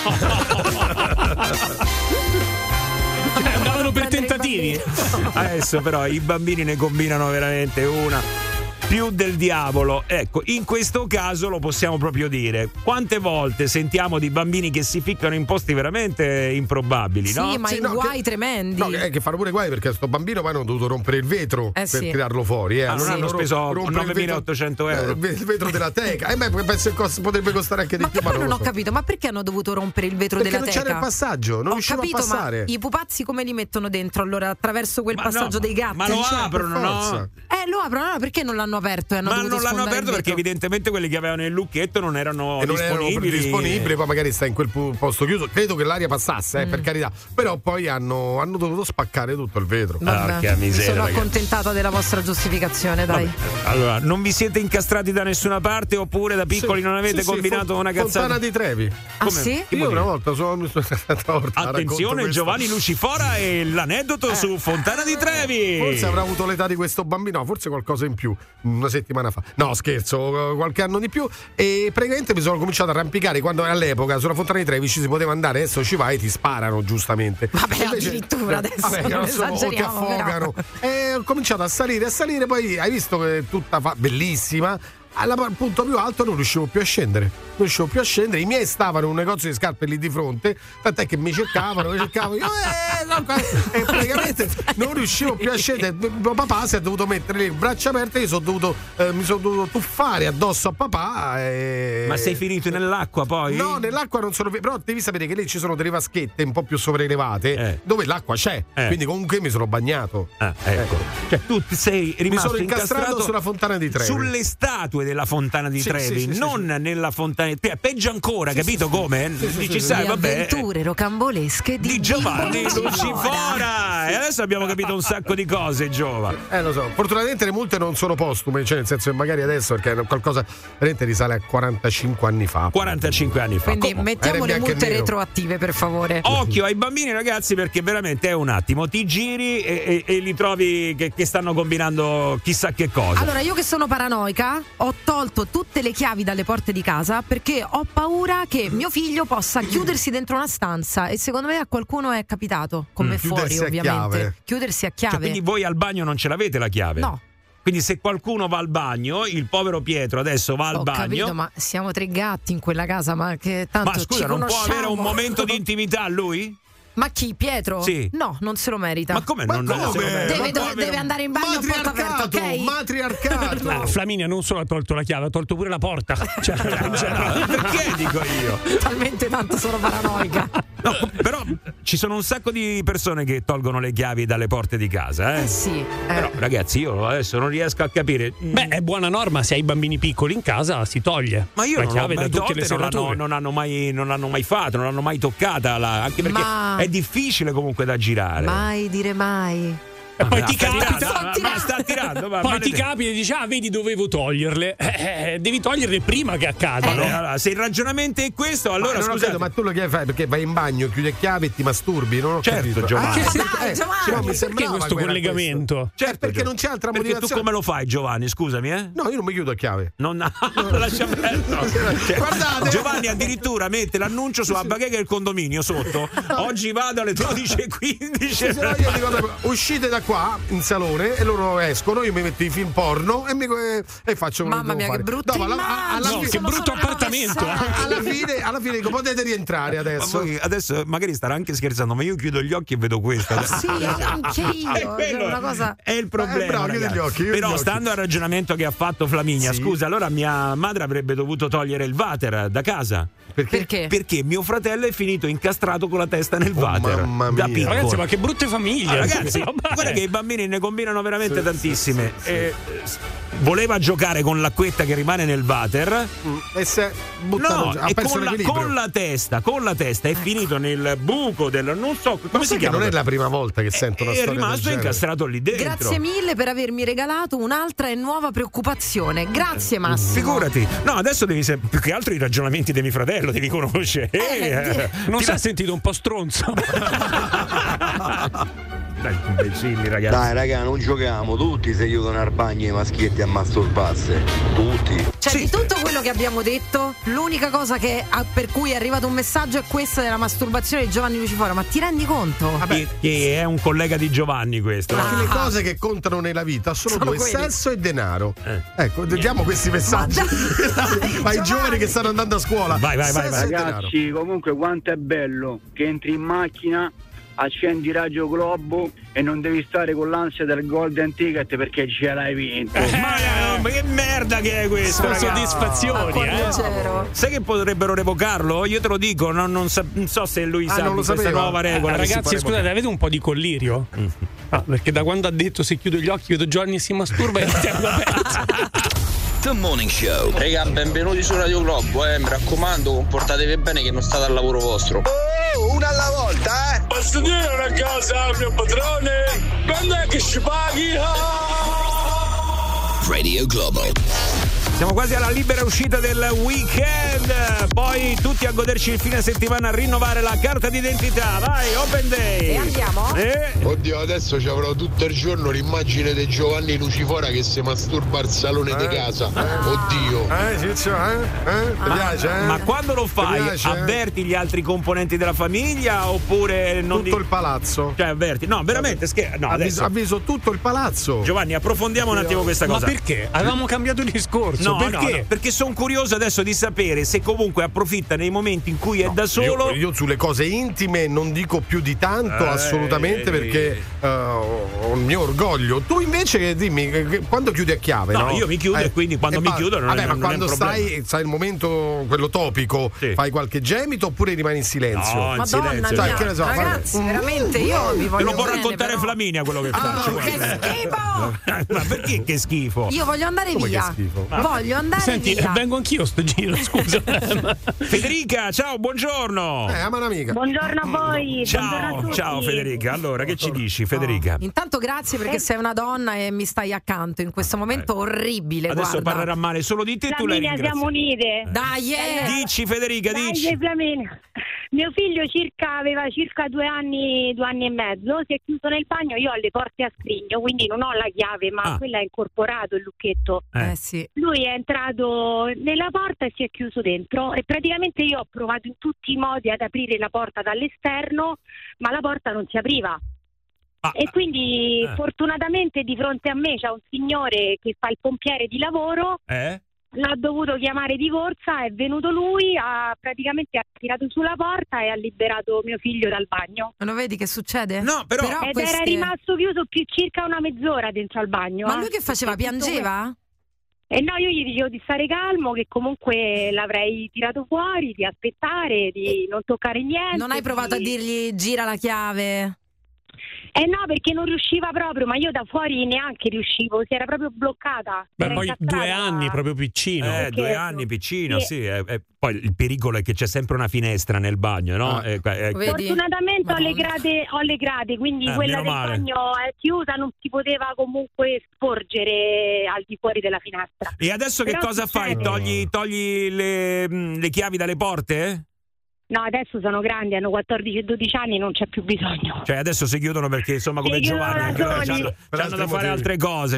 Andavano per tentativi. Adesso però i bambini ne combinano veramente una più del diavolo. Ecco, in questo caso lo possiamo proprio dire. Quante volte sentiamo di bambini che si ficcano in posti veramente improbabili, sì, no? Ma in guai tremendi. No, che fanno pure guai, perché sto bambino poi hanno dovuto rompere il vetro per tirarlo fuori. Non hanno speso 9.800 euro. Il vetro della teca. Penso che potrebbe costare anche di più. Ma non ho capito, ma perché hanno dovuto rompere il vetro della teca? Perché non c'era il passaggio, non riusciva a passare. Ma i pupazzi come li mettono dentro allora attraverso quel passaggio dei gatti? Ma lo aprono, no? Lo aprono, perché non l'hanno aperto? Ma non l'hanno aperto perché evidentemente quelli che avevano il lucchetto non erano disponibili. Poi magari sta in quel posto chiuso. Credo che l'aria passasse, per carità. Però poi hanno dovuto spaccare tutto il vetro. Che miseria, sono accontentata della vostra giustificazione, dai. Allora, non vi siete incastrati da nessuna parte oppure da piccoli non avete combinato una cazzata? Fontana di Trevi. Sì? Io una volta sono attenzione, Giovanni Lucifora e l'aneddoto su Fontana di Trevi. Forse avrà avuto l'età di questo bambino, forse qualcosa in più. una settimana fa. No, scherzo, qualche anno di più. E praticamente mi sono cominciato a arrampicare quando all'epoca sulla Fontana di Trevi ci si poteva andare, adesso ci vai e ti sparano giustamente. Vabbè, addirittura adesso non o ti affogano. E ho cominciato a salire, poi hai visto che è tutta bellissima. Al punto più alto non riuscivo più a scendere. I miei stavano in un negozio di scarpe lì di fronte, tant'è che mi cercavano io, e praticamente non riuscivo più a scendere. Papà si è dovuto mettere le braccia aperte, io mi sono dovuto tuffare addosso a papà. Ma sei finito nell'acqua poi? No, nell'acqua non sono, però devi sapere che lì ci sono delle vaschette un po' più sopraelevate dove l'acqua c'è, quindi comunque mi sono bagnato. Ecco. Cioè tu sei rimasto mi sono incastrato sulla Fontana di Trevi, sulle statue della Fontana di Trevi, non nella Fontana. Peggio ancora, capito come? Dici, sai, le vabbè. avventure rocambolesche di Giovanni Lucifora. E adesso abbiamo capito un sacco di cose, Giova. Lo so. Fortunatamente le multe non sono postume, cioè nel senso che magari adesso, perché qualcosa veramente risale a 45 anni fa. 45 anni fa. Quindi mettiamo le multe retroattive, per favore. Occhio ai bambini, ragazzi, perché veramente è un attimo. Ti giri e li trovi che stanno combinando chissà che cosa. Allora, io che sono paranoica, ho tolto tutte le chiavi dalle porte di casa perché ho paura che mio figlio possa chiudersi dentro una stanza, e secondo me a qualcuno è capitato, come fuori ovviamente. Chiudersi a chiave. Cioè, quindi voi al bagno non ce l'avete la chiave? No. Quindi se qualcuno va al bagno, il povero Pietro adesso va al bagno. Capito, ma siamo 3 gatti in quella casa, ma che tanto ma scusa, non può avere un momento di intimità lui? Ma chi, Pietro? Sì. No, non se lo merita. Ma come non se lo merita? Deve andare in bagno a porta aperta, ok? Matriarcato. Ma Flaminia non solo ha tolto la chiave, ha tolto pure la porta. Cioè, perché dico io? Talmente tanto sono paranoica. No, però ci sono un sacco di persone che tolgono le chiavi dalle porte di casa, sì. Però ragazzi, io adesso non riesco a capire. Beh, è buona norma, se hai bambini piccoli in casa si toglie. Ma io la chiave da tutte le serrature. non hanno mai fatto, non l'hanno mai toccata, anche perché è difficile comunque da girare. Mai dire mai. E poi ti capita, sta tirando, poi ti capita e dici: vedi, dovevo toglierle. Devi toglierle prima che accadano. Allora, se il ragionamento è questo, allora scusate, ma tu lo che fai? Perché vai in bagno, chiudi le chiavi e ti masturbi? Non ho capito. Giovanni. Giovanni, perché questo collegamento? Certo, perché non c'è altra motivazione. Perché tu come lo fai, Giovanni? Scusami, No, io non mi chiudo a chiave. Lascia aperto. Guardate, Giovanni addirittura mette l'annuncio sulla bacheca del condominio sotto. Oggi vado alle 12:15. Io dico, uscite da qua in salone e loro escono, io mi metto i film porno e faccio. Mamma mia, che brutto. Che brutto appartamento. Alla fine dico, potete rientrare adesso. Ma adesso magari starà anche scherzando, ma io chiudo gli occhi e vedo questo. Sì, anche io. È il problema. Gli occhi, però stando al ragionamento che ha fatto Flaminia, scusa, allora mia madre avrebbe dovuto togliere il water da casa. Perché? Perché mio fratello è finito incastrato con la testa nel water. Da piccolo. Ragazzi, ma che brutte famiglie. Ragazzi, guarda che i bambini ne combinano veramente tantissime. Voleva giocare con l'acquetta che rimane nel water e si è buttato già. E con la testa è finito nel buco del non so come si chiama. Non è la prima volta che sento una storia. È rimasto incastrato lì dentro. Grazie mille per avermi regalato un'altra e nuova preoccupazione. Grazie Massimo. Figurati. No, adesso devi più che altro i ragionamenti di mio fratello devi conoscere. Non si è sentito un po' stronzo? Dai, imbecilli, ragazzi. Dai, raga, non giochiamo. Tutti si aiutano al bagno i maschietti a masturbarsi. Tutti. Cioè, di tutto quello che abbiamo detto, l'unica cosa per cui è arrivato un messaggio è questa della masturbazione di Giovanni Lucifora. Ma ti rendi conto? Vabbè, che è un collega di Giovanni questo. Perché le cose che contano nella vita sono due: sesso e denaro. Ecco, diamo questi messaggi ai giovani che stanno andando a scuola. Vai. Ragazzi, comunque quanto è bello che entri in macchina, accendi Radio Globo e non devi stare con l'ansia del Golden Ticket perché ce l'hai vinto. Ma che merda che è questo? Sono soddisfazioni, Sai che potrebbero revocarlo? Io te lo dico, non so se lui sa di questa nuova regola. Ragazzi, scusate, avete un po' di collirio? Perché da quando ha detto se chiudo gli occhi vedo Giovanni si masturba e tengo aperto. The Morning Show. Raga, benvenuti su Radio Globo, mi raccomando, comportatevi bene che non state al lavoro vostro. Una alla volta, Posso dire una cosa al mio padrone? Quando è che ci paghi? Radio Globo. Siamo quasi alla libera uscita del weekend. Poi tutti a goderci il fine settimana, a rinnovare la carta d'identità. Vai, Open Day. E andiamo? Oddio, adesso ci avrò tutto il giorno l'immagine di Giovanni Lucifora che si masturba al salone di casa. Oddio. Ciccio, ti piace? Ma quando lo fai, avverti gli altri componenti della famiglia oppure non tutto il palazzo? Cioè avverti? No, veramente no, avviso tutto il palazzo. Giovanni, approfondiamo un attimo questa cosa. Ma perché? Avevamo cambiato discorso. No, perché? No, perché sono curioso adesso di sapere se comunque approfitta nei momenti in cui è da solo. Io sulle cose intime non dico più di tanto, assolutamente, perché ho il mio orgoglio. Tu invece dimmi, quando chiudi a chiave? No, io mi chiudo e quindi quando mi chiudo non è ma un quando problema. stai il momento quello topico, fai qualche gemito oppure rimani in silenzio? No, in silenzio. Mia, che ne so, ragazzi, veramente io vi voglio te lo può bene, raccontare però. Flaminia quello che faccio. Che schifo! Ma perché che schifo? Io voglio andare via. Voglio andare Senti, via. vengo anch'io sto giro, scusa. Federica, ciao, buongiorno. Ama un'amica. Buongiorno a voi. Ciao Federica. Allora, che ci dici, Federica? Intanto grazie perché sei una donna e mi stai accanto in questo momento orribile. Adesso parlerà male solo di te, tu lei ringrazia. Siamo unite. Dai, Dici Federica, dici. Flaminia. Mio figlio aveva circa 2 anni e mezzo, si è chiuso nel bagno, io ho le porte a scrigno, quindi non ho la chiave, ma quella ha incorporato il lucchetto. Sì. Lui è entrato nella porta e si è chiuso dentro e praticamente io ho provato in tutti i modi ad aprire la porta dall'esterno, ma la porta non si apriva. E quindi fortunatamente di fronte a me c'è un signore che fa il pompiere di lavoro. L'ha dovuto chiamare di corsa, è venuto lui, ha tirato sulla porta e ha liberato mio figlio dal bagno. Non lo vedi che succede? No, però era rimasto chiuso più circa una mezz'ora dentro al bagno. Ma lui che faceva? Piangeva? No, io gli dicevo di stare calmo, che comunque l'avrei tirato fuori, di aspettare, di non toccare niente. Non hai provato a dirgli gira la chiave? No, perché non riusciva proprio, ma io da fuori neanche riuscivo, si era proprio bloccata. Beh, poi 2 anni proprio piccino. 2 anni piccino, sì. Poi il pericolo è che c'è sempre una finestra nel bagno, no? Fortunatamente ho le grate, quindi quella del bagno è chiusa, non si poteva comunque sporgere al di fuori della finestra. E adesso che cosa fai? Togli le chiavi dalle porte? No, adesso sono grandi, hanno 14 e 12 anni, non c'è più bisogno. Cioè adesso si chiudono perché insomma come Giovanni c'hanno da fare altre cose,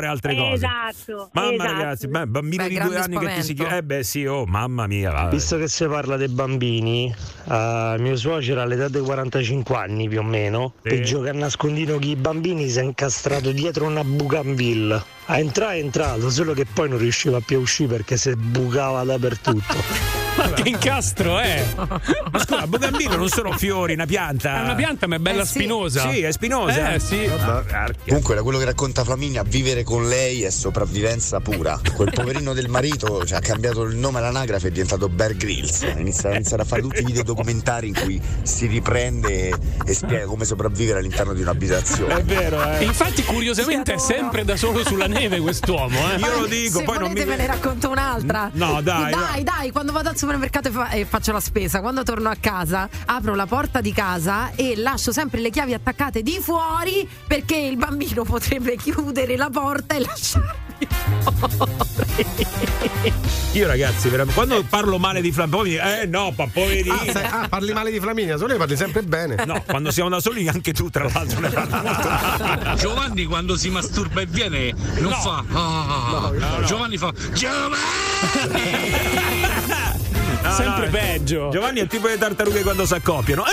Esatto. Mamma ragazzi, bambino di 2 anni che ti si chiude. Sì, mamma mia. Visto che si parla dei bambini, mio suocero all'età dei 45 anni più o meno, per giocare a nascondino con i bambini si è incastrato dietro una bougainville. A entrare è entrato, solo che poi non riusciva più a uscire perché si bucava dappertutto. Ma che incastro è? Ma scusa, bougainville non sono fiori, una pianta. È una pianta, ma è bella spinosa. Sì, è spinosa. Sì. Comunque, da quello che racconta Flaminia, vivere con lei è sopravvivenza pura. Quel poverino del marito ha cambiato il nome all'anagrafe, è diventato Bear Grylls. Inizia a fare tutti i video documentari in cui si riprende e spiega come sopravvivere all'interno di un'abitazione. È vero, E infatti, curiosamente, è sempre da solo sulla neve quest'uomo. Io lo dico, se poi non ve ne racconto un'altra. No, dai. Dai, quando vado al supermercato e faccio la spesa, quando torno a casa apro la porta di casa e lascio sempre le chiavi attaccate di fuori perché il bambino potrebbe chiudere la porta e lasciarmi fuori. Io ragazzi, quando parlo male di Flaminia, poverino. Parli male di Flaminia, solo io parli sempre bene. No, quando siamo da soli anche tu tra l'altro ne parli molto male. Giovanni quando si masturba e viene non fa Giovanni fa Sempre peggio. Giovanni è il tipo di tartarughe quando si accoppiano.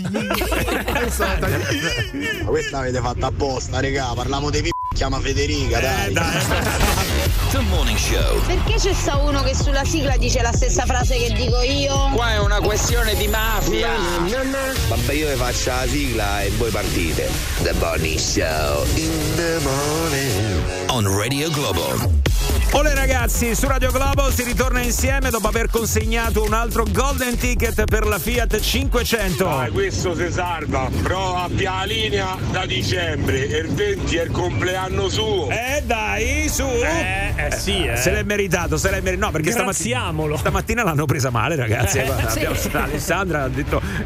Ma questa l'avete fatta apposta, regà. Parliamo dei chiama Federica, dai. The Morning Show. Perché c'è sta uno che sulla sigla dice la stessa frase che dico io? Qua è una questione di mafia. Vabbè, io vi faccio la sigla e voi partite. The Morning Show in the morning. On Radio Globo. Olè ragazzi, su Radio Globo si ritorna insieme dopo aver consegnato un altro golden ticket per la Fiat 500. Dai, questo si salva, però abbia la linea da dicembre e il 20 è il compleanno suo. Dai, su. Sì. Se l'è meritato, No, perché stamattina l'hanno presa male, ragazzi. Alessandra ha detto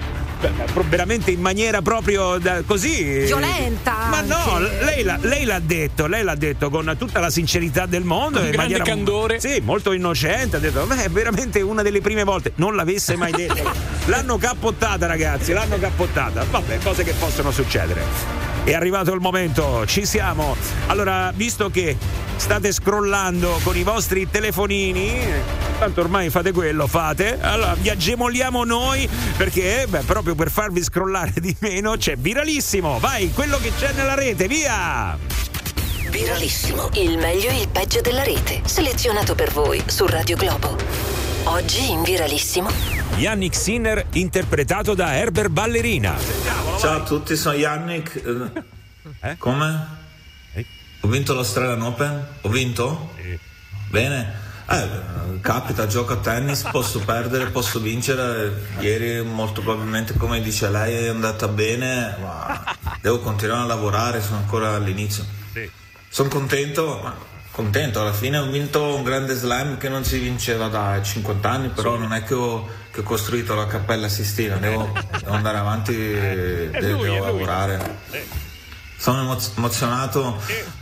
veramente in maniera proprio così violenta. Ma no, lei l'ha detto con tutta la sincerità del mondo, con in grande maniera candore. Sì, molto innocente. Ha detto, è veramente una delle prime volte. Non l'avesse mai detto. L'hanno cappottata, ragazzi, l'hanno cappottata. Vabbè, cose che possono succedere. È arrivato il momento, ci siamo. Allora, visto che state scrollando con i vostri telefonini, tanto ormai fate quello, allora vi aggemoliamo noi, perché proprio per farvi scrollare di meno c'è Viralissimo. Vai, quello che c'è nella rete, via! Viralissimo, il meglio e il peggio della rete, selezionato per voi su Radio Globo. Oggi in Viralissimo, Yannick Sinner interpretato da Herbert Ballerina. Ciao a tutti, sono Yannick. Come? Ho vinto l'Australian Open? Ho vinto? Sì. Bene. Capita, gioco a tennis, posso perdere, posso vincere. Ieri molto probabilmente, come dice lei, è andata bene, ma devo continuare a lavorare, sono ancora all'inizio. Sì. Sono contento, alla fine ho vinto un grande slam che non si vinceva da 50 anni, però non è che ho costruito la Cappella Sistina, devo andare avanti, devo lavorare. Sono emozionato,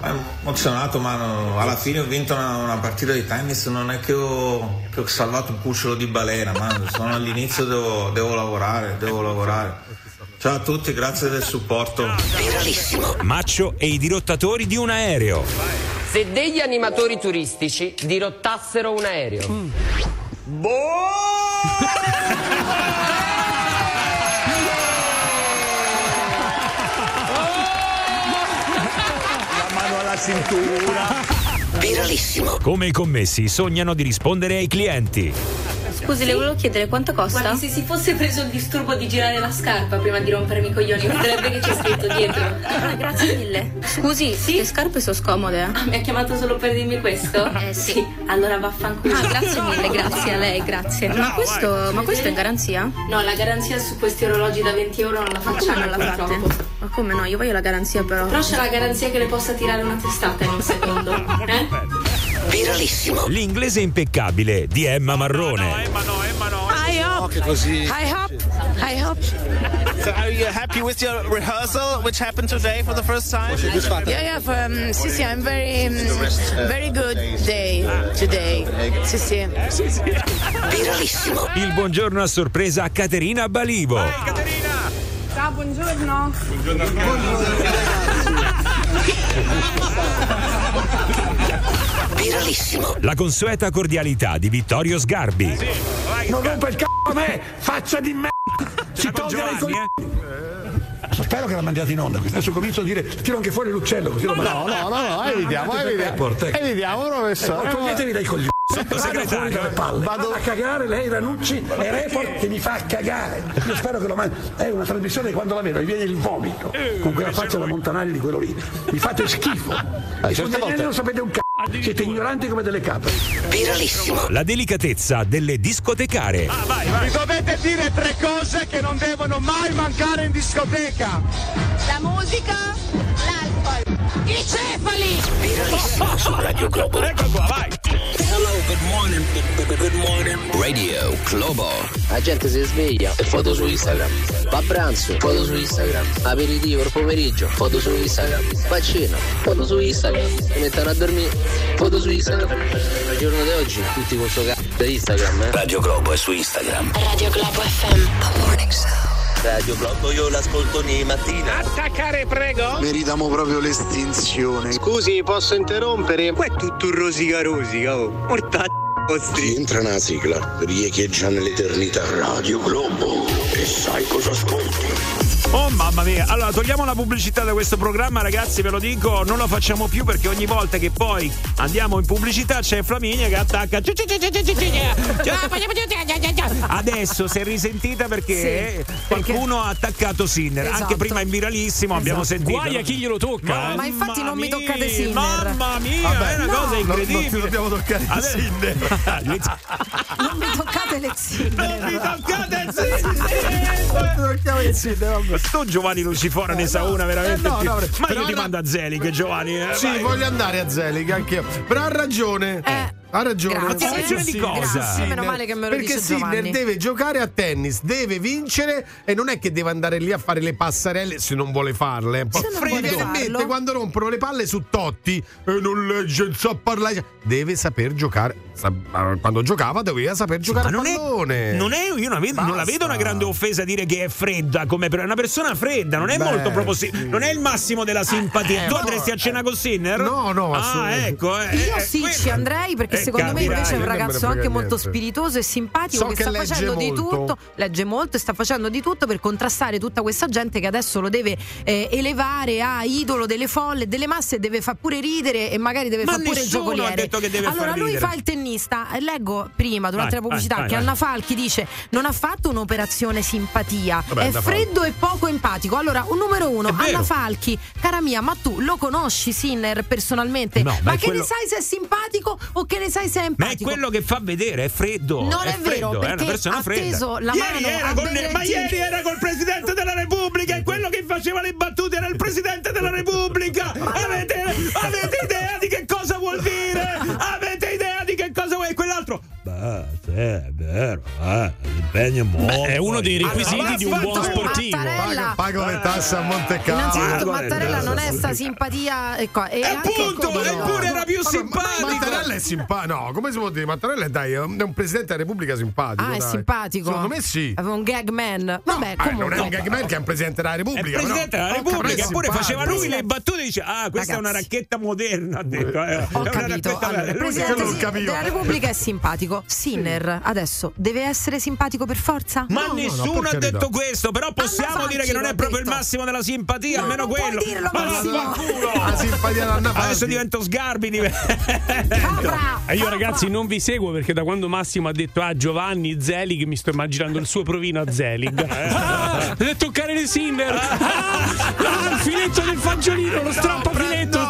ma alla fine ho vinto una partita di tennis, non è che ho salvato un cucciolo di balena, ma sono all'inizio, devo lavorare. Ciao a tutti, grazie del supporto. Viralissimo. Maccio e i dirottatori di un aereo. Se degli animatori turistici dirottassero un aereo. La mano alla cintura. Viralissimo. Come i commessi sognano di rispondere ai clienti. Scusi, le volevo chiedere quanto costa? Guardi, se si fosse preso il disturbo di girare la scarpa prima di rompermi i coglioni, vedrebbe che c'è scritto dietro. Ah, grazie mille. Scusi, sì? Le scarpe sono scomode. Ah, mi ha chiamato solo per dirmi questo? Sì. Allora vaffanculo. Ah, grazie mille, grazie a lei, grazie. Ma questo è in garanzia? No, la garanzia su questi orologi da 20 euro non la facciamo, non la fate? Ma come no? Io voglio la garanzia però. Però c'è la garanzia che le possa tirare una testata in un secondo. Viralissimo. L'inglese impeccabile di Emma Marrone. I hope. So are you happy with your rehearsal, which happened today for the first time? Yeah, sì, I'm very good day today. Sì. Viralissimo. Il buongiorno a sorpresa a Caterina Balivo. Vai, Caterina! Ciao, buongiorno. Viralissimo. La consueta cordialità di Vittorio Sgarbi. Sì, vai, non rompa il c***o a me, faccia di me. Si tolga i coglioni. Spero che la mandiate in onda, adesso comincio a dire tiro anche fuori l'uccello così lo mando. No, evitiamo professore. Toglietevi dai coglioni. Fuori dalle palle. Vado a cagare lei Ranucci e Report che mi fa cagare. Io spero che lo mandi. È una trasmissione che quando la vedo mi viene il vomito con quella faccia da Montanari di quello lì. Mi fate schifo. Non sapete un c***o. Siete ignoranti come delle capre. Viralissimo. La delicatezza delle discotecare. Vai. Mi dovete dire 3 cose che non devono mai mancare in discoteca. La musica, l'alcol, i cefali. Viralissimo su Radio Globo. Ecco qua, vai. Hello, good morning. Radio Globo. La gente si sveglia e foto su Instagram. Va a pranzo, foto su Instagram. Aperitivo il pomeriggio, foto su Instagram. Va a cena, foto su Instagram. Si mettono a dormire, foto su Instagram. Il giorno di oggi tutti con sto c***o da Instagram. Radio Globo è su Instagram. Radio Globo FM. The Morning Show. Radio Globo io l'ascolto ogni mattina. Attaccare, prego. Meritiamo proprio l'estinzione. Scusi, posso interrompere? Qua è tutto rosica, oh. Mortacci vostri. Entra una sigla, riecheggia nell'eternità. Radio Globo, e sai cosa ascolti. Oh mamma mia, allora togliamo la pubblicità da questo programma, ragazzi, ve lo dico, non lo facciamo più perché ogni volta che poi andiamo in pubblicità c'è Flaminia che attacca. Adesso si è risentita perché qualcuno ha attaccato Sinner, esatto. Anche prima in Viralissimo abbiamo sentito. Guai a chi glielo tocca. Ma infatti non mi toccate Sinner. Mamma mia, vabbè, è una cosa incredibile. Non ti dobbiamo toccare Sinner. Non mi toccate le Sinner. Non mi toccate Sinner. vabbè. Sto Giovanni Lucifora ne sa una veramente no, ma io ti mando a Zelig, Giovanni. Sì, vai. Voglio andare a Zelig anche io. Però ha ragione. Ha ragione. Grazie. Di cosa? Grazie, meno male che me lo perché dice Giovanni. Sinner deve giocare a tennis, deve vincere e non è che deve andare lì a fare le passerelle se non vuole farle. Mi viene in mente quando rompono le palle su Totti e non legge, non sa parlare. Deve saper giocare. Quando giocava doveva saper giocare a pallone. Io non la vedo una grande offesa dire che è fredda, come per una persona fredda, non è molto proprio non è il massimo della simpatia. Tu andresti a cena con Sinner? No, assolutamente. Ecco, io sì, ci andrei perché secondo me invece è un ragazzo anche molto spiritoso e simpatico, che sta facendo di tutto, legge molto e sta facendo di tutto per contrastare tutta questa gente che adesso lo deve elevare a idolo delle folle, delle masse, e deve far pure ridere e magari deve fare pure il giocoliere. Ha detto che deve allora lui fa il tennista. Leggo prima durante la pubblicità che Anna Falchi dice non ha fatto un'operazione simpatia, è freddo e poco empatico. Allora, un numero uno, Anna Falchi, cara mia, ma tu lo conosci Sinner personalmente? No, ma che ne sai se è simpatico o che ne sai se è empatico? Ma è quello che fa vedere, è freddo. Non è vero, freddo, perché è una persona teso la ieri era col Presidente della Repubblica e quello che faceva le battute era il Presidente della Repubblica. Avete idea di che cosa vuol dire? Avete idea di che cosa vuol dire? Quell'altro sì, è vero, l'impegno è molto. È uno dei requisiti di un buon sportivo. Pago le tasse a Monte Carlo. Innanzitutto Mattarella non è sta simpatia e appunto, eppure era più simpatico. Mattarella è simpatico. No, come si può dire? Mattarella è un presidente della Repubblica simpatico. È simpatico. Secondo me sì. Aveva un gag man. Vabbè, comunque. Non è un gag man che è un presidente della Repubblica. È presidente della Repubblica, eppure faceva lui le battute e dice questa è una racchetta moderna, ha detto. Ho capito. Allora, il presidente della Repubblica è simpatico. Sinner adesso deve essere simpatico per forza? Ma nessuno ha detto questo, però possiamo dire che non è proprio il massimo della simpatia, almeno quello. Puoi dirlo, Massimo. La simpatia d'Anna Falchi. Adesso divento Sgarbi. E io ragazzi non vi seguo perché da quando Massimo ha detto Giovanni Zelig mi sto immaginando il suo provino a Zelig. Deve toccare le Sinner. Il filetto del fagiolino, lo strappafiletto.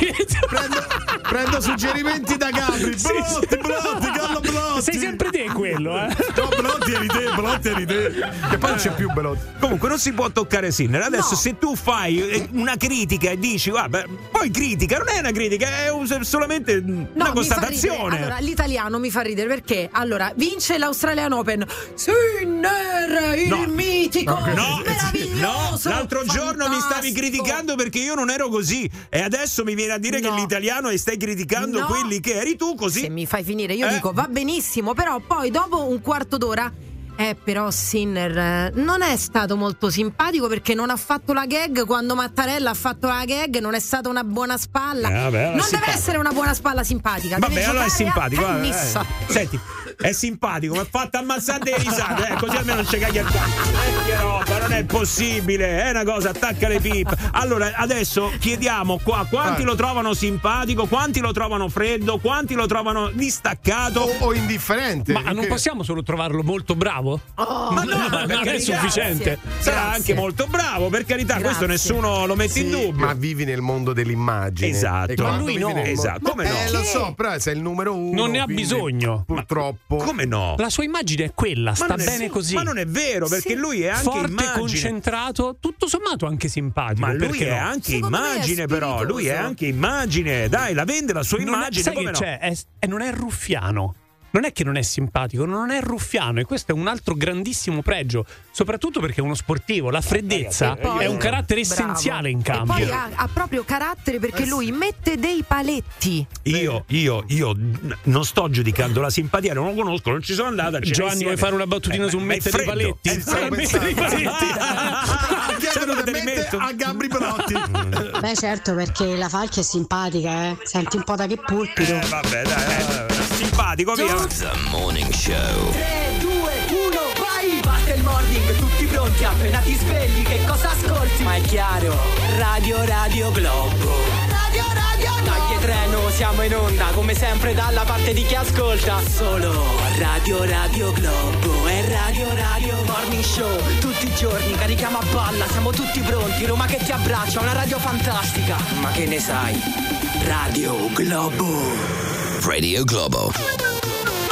Prendo suggerimenti da Gabri. Blotti, Gallo Blotti. Sei sempre te quello, No, Blotti eri te. Che poi non c'è più Blotti. Comunque non si può toccare Sinner. Adesso se tu fai una critica e dici poi critica, non è una critica, è solamente una constatazione. Allora, l'italiano mi fa ridere perché vince l'Australian Open. Sinner, il mitico, meraviglioso. L'altro giorno mi stavi criticando perché io non ero così e adesso mi viene a dire che l'italiano e stai criticando quelli che eri tu così. Se mi fai finire io dico va benissimo, però poi dopo un quarto d'ora però Sinner non è stato molto simpatico perché non ha fatto la gag quando Mattarella ha fatto la gag, non è stata una buona spalla. Non deve essere una buona spalla simpatica. Vabbè, deve allora è simpatico. Senti, è simpatico, ma è fatta ammazzare le risate, così almeno non c'è caglia. Che roba, non è possibile, è una cosa, attacca le pipe. Allora, adesso chiediamo qua quanti lo trovano simpatico, quanti lo trovano freddo, quanti lo trovano distaccato o indifferente. Ma non possiamo solo trovarlo molto bravo? Ma no, non è sufficiente. Sarà anche molto bravo, per carità, questo nessuno lo mette in dubbio. Ma vivi nel mondo dell'immagine. Esatto. Ma lui no. Esatto. Come no? Lo so, però sei il numero uno. Non ne ha bisogno. Purtroppo. Come no? La sua immagine è quella, sta bene così. Ma non è vero, perché lui è anche forte, immagine. Concentrato, tutto sommato anche simpatico. Ma lui è anche immagine, però. Lui è anche immagine. Dai, la vende la sua immagine. Sai che c'è? Non è ruffiano. Non è che non è simpatico, non è ruffiano, e questo è un altro grandissimo pregio, soprattutto perché è uno sportivo. La freddezza è un carattere essenziale in cambio. E poi ha proprio carattere perché lui mette dei paletti. Io non sto giudicando la simpatia, non lo conosco, non ci sono andata. Giovanni, vuoi fare una battutina su mettere dei paletti? Mettere dei paletti. A Gabri Blotti. Beh, certo, perché la Falchi è simpatica, Senti un po' da che pulpito. Vabbè, dai, simpatico, via. The Morning Show. 3, 2, 1, vai! Parte il morning, tutti pronti, appena ti svegli, che cosa ascolti? Ma è chiaro, Radio Globo. Dai treno, siamo in onda, come sempre dalla parte di chi ascolta. Solo Radio Globo e Radio Morning Show. Tutti i giorni carichiamo a palla, siamo tutti pronti. Roma che ti abbraccia, una radio fantastica. Ma che ne sai? Radio Globo. Radio Globo.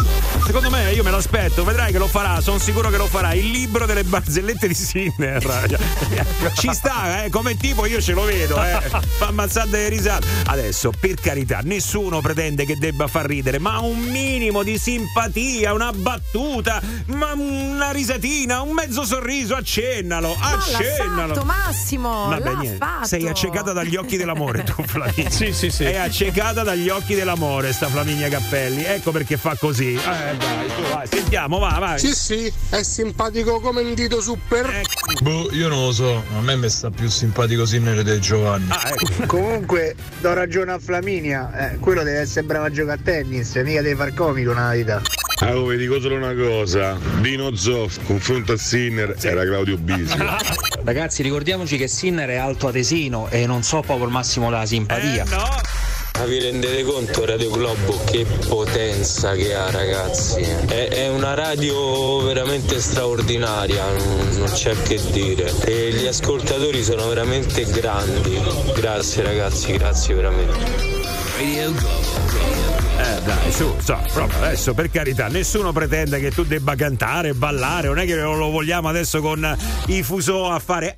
secondo me io me l'aspetto, vedrai che lo farà, sono sicuro che lo farà. Il libro delle barzellette di Sinner. Ci sta, come tipo io ce lo vedo, fa ammazzare delle risate. Adesso, per carità, nessuno pretende che debba far ridere, ma un minimo di simpatia, una battuta, ma una risatina, un mezzo sorriso, accennalo. L'ha fatto, Massimo. Vabbè, niente. Fatto. Sei accecata dagli occhi dell'amore tu, Flaminia. Sì. È accecata dagli occhi dell'amore sta Flaminia Cappelli. Ecco perché fa così. Dai, tu vai, sentiamo, vai. Sì, è simpatico come un dito super. Io non lo so, a me mi sta più simpatico Sinner del Giovanni. Ecco. Comunque do ragione a Flaminia, quello deve essere bravo a giocare a tennis, mica deve far comico nella vita. Vi dico solo una cosa, Dino Zoff confronto a Sinner era Claudio Bisio. Ragazzi, ricordiamoci che Sinner è altoatesino e non so proprio il massimo della simpatia. Ma vi rendete conto Radio Globo che potenza che ha, ragazzi? È una radio veramente straordinaria, non c'è che dire. E gli ascoltatori sono veramente grandi. Grazie ragazzi, grazie veramente. Radio Globo. Dai, su, proprio adesso, per carità, nessuno pretende che tu debba cantare, ballare, non è che lo vogliamo adesso con i Fusò a fare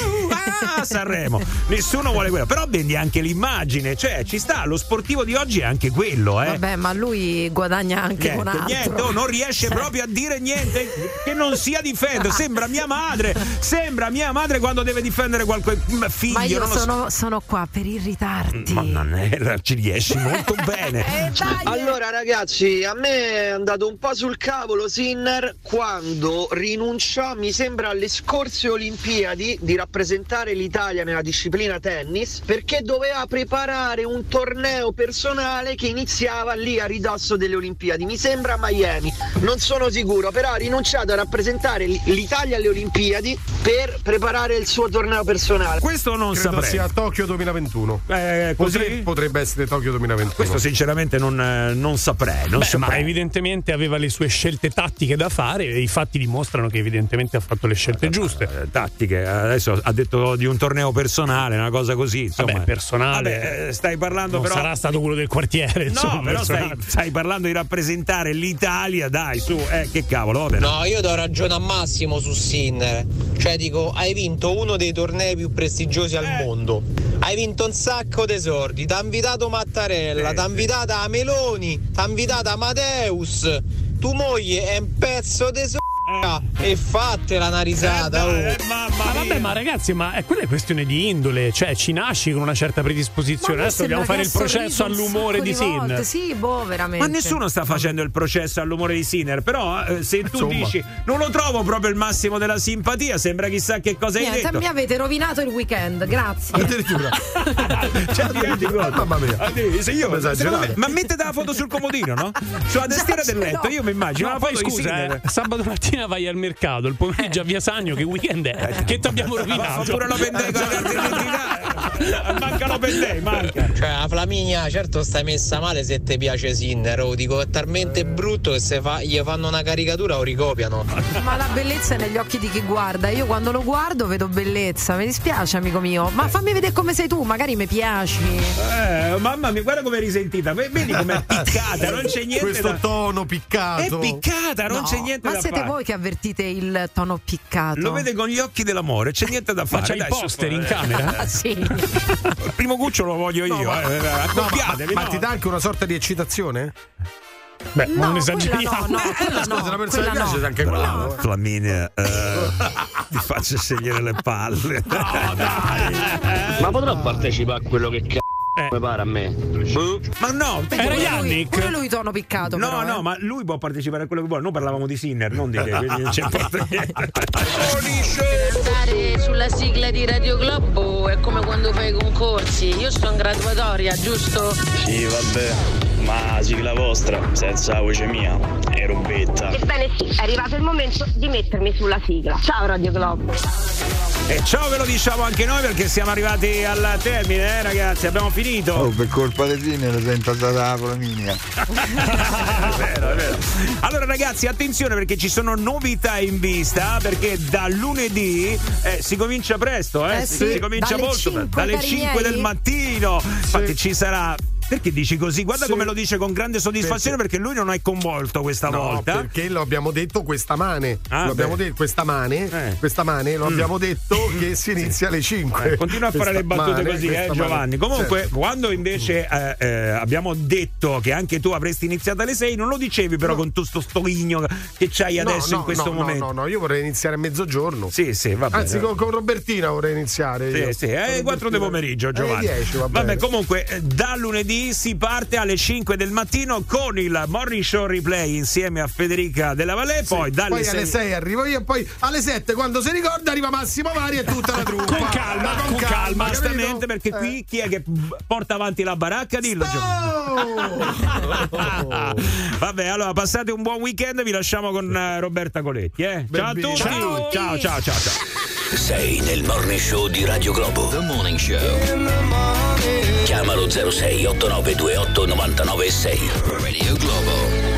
Sanremo, nessuno vuole quello, però vendi anche l'immagine, cioè ci sta, lo sportivo di oggi è anche quello, Vabbè, ma lui guadagna anche con altro. Niente, non riesce proprio a dire niente che non sia difendere, sembra mia madre quando deve difendere qualche figlio. Ma io sono qua per irritarti. Ma non è, ci riesci molto bene. Allora ragazzi, a me è andato un po' sul cavolo Sinner quando rinunciò, mi sembra, alle scorse Olimpiadi di rappresentare l'Italia nella disciplina tennis, perché doveva preparare un torneo personale che iniziava lì a ridosso delle Olimpiadi, mi sembra a Miami, non sono sicuro, però ha rinunciato a rappresentare l'Italia alle Olimpiadi per preparare il suo torneo personale. Questo non credo saprei. sia Tokyo 2021. Così? Potrebbe essere Tokyo 2021. Questo sinceramente non saprei. Ma evidentemente aveva le sue scelte tattiche da fare e i fatti dimostrano che evidentemente ha fatto le scelte giuste. Tattiche, adesso ha detto di un torneo personale, una cosa così, insomma. Vabbè, personale. Stai parlando, non però sarà stato quello del quartiere, insomma. No, però stai parlando di rappresentare l'Italia, dai, su, che cavolo, vabbè. No, io do ragione a Massimo su Sinner. Cioè dico, hai vinto uno dei tornei più prestigiosi al mondo. Hai vinto un sacco di soldi. T'ha invitato Mattarella, t'ha invitata a Meloni, t'ha invitata Amadeus. Tu moglie è un pezzo di e fatela una risata. Ma vabbè, ma ragazzi, quella è questione di indole, cioè ci nasci con una certa predisposizione. Adesso dobbiamo fare il processo all'umore di Sinner. Sì, veramente. Ma nessuno sta facendo il processo all'umore di Sinner, però se tu dici non lo trovo proprio il massimo della simpatia, sembra chissà che cosa hai detto. Mi avete rovinato il weekend, grazie. Addirittura. Mamma mia. Ma mettete la foto sul comodino, no? Sulla tastiera del letto, io mi immagino la foto di Sinner. Sabato mattina vai al mercato, il pomeriggio a Via Sagno, che weekend è? Che ti abbiamo rovinato? Fa pure l'open day con la carta d'identità. Manca l'open day, manca. Cioè, la Flaminia, certo stai messa male se ti piace Sinner, dico, è talmente brutto che se gli fanno una caricatura o ricopiano. Ma la bellezza è negli occhi di chi guarda. Io quando lo guardo vedo bellezza. Mi dispiace, amico mio. Ma fammi vedere come sei tu, magari mi piaci. Mamma mia, guarda come è risentita. Vedi com'è piccata, non c'è niente. Questo tono piccato. È piccata, non c'è niente da fare. Ma siete voi che avvertite il tono piccato? Lo vede con gli occhi dell'amore, c'è niente da fare. Ma c'hai i poster in camera? Sì. Il primo cuccio lo voglio io. Accoppiatevi. Ma ti dà anche una sorta di eccitazione? Beh, non esageriamo. No, scusa, una persona che piace anche quella. Flaminia, ti faccio scegliere le palle. No, dai. Ma potrò partecipare a quello che come pare a me. Ma no, era Yannick. Pure lui tono piccato. No, però, ma lui può partecipare a quello che vuole. Noi parlavamo di Sinner, non di te, quindi non c'è importa niente. Andare sulla sigla di Radio Globo è come quando fai i concorsi. Io sto in graduatoria, giusto? Sì, vabbè. Ma sigla vostra, senza la voce mia, è robetta. Ebbene sì, è arrivato il momento di mettermi sulla sigla. Ciao Radio Globo. E ciao, ve lo diciamo anche noi perché siamo arrivati al termine, ragazzi, abbiamo finito. Oh, per colpa di Sinner sento andata la Flaminia. È vero. Allora ragazzi, attenzione perché ci sono novità in vista, perché da lunedì si comincia presto, si comincia dalle molto 5 dalle 5 del mattino. Infatti ci sarà Perché dici così? Guarda come lo dice con grande soddisfazione, perché lui non è coinvolto questa volta. Perché lo abbiamo detto questa mane. Lo abbiamo detto questa mane lo abbiamo detto che si inizia alle 5. Continua a fare le battute così, Giovanni. Comunque, quando invece abbiamo detto che anche tu avresti iniziato alle 6, non lo dicevi però con tutto sto stoghigno che c'hai adesso in questo momento. No, io vorrei iniziare a mezzogiorno. Sì, va bene. Anzi, con Robertina vorrei iniziare. Sì, 4 di pomeriggio, Giovanni. 10, vabbè, comunque, da lunedì si parte alle 5 del mattino con il Morning Show Replay insieme a Federica Della Valle. Poi alle 6 arrivo io, e poi alle 7, quando si ricorda, arriva Massimo Vari e tutta la truppa. Con calma, giustamente, perché qui chi è che porta avanti la baracca? Dillo, Vabbè, allora passate un buon weekend, vi lasciamo con Roberta Coletti. Ciao a tutti. Ciao. Sei nel Morning Show di Radio Globo. The Morning Show. Chiamalo 06 8928 996. Radio Globo.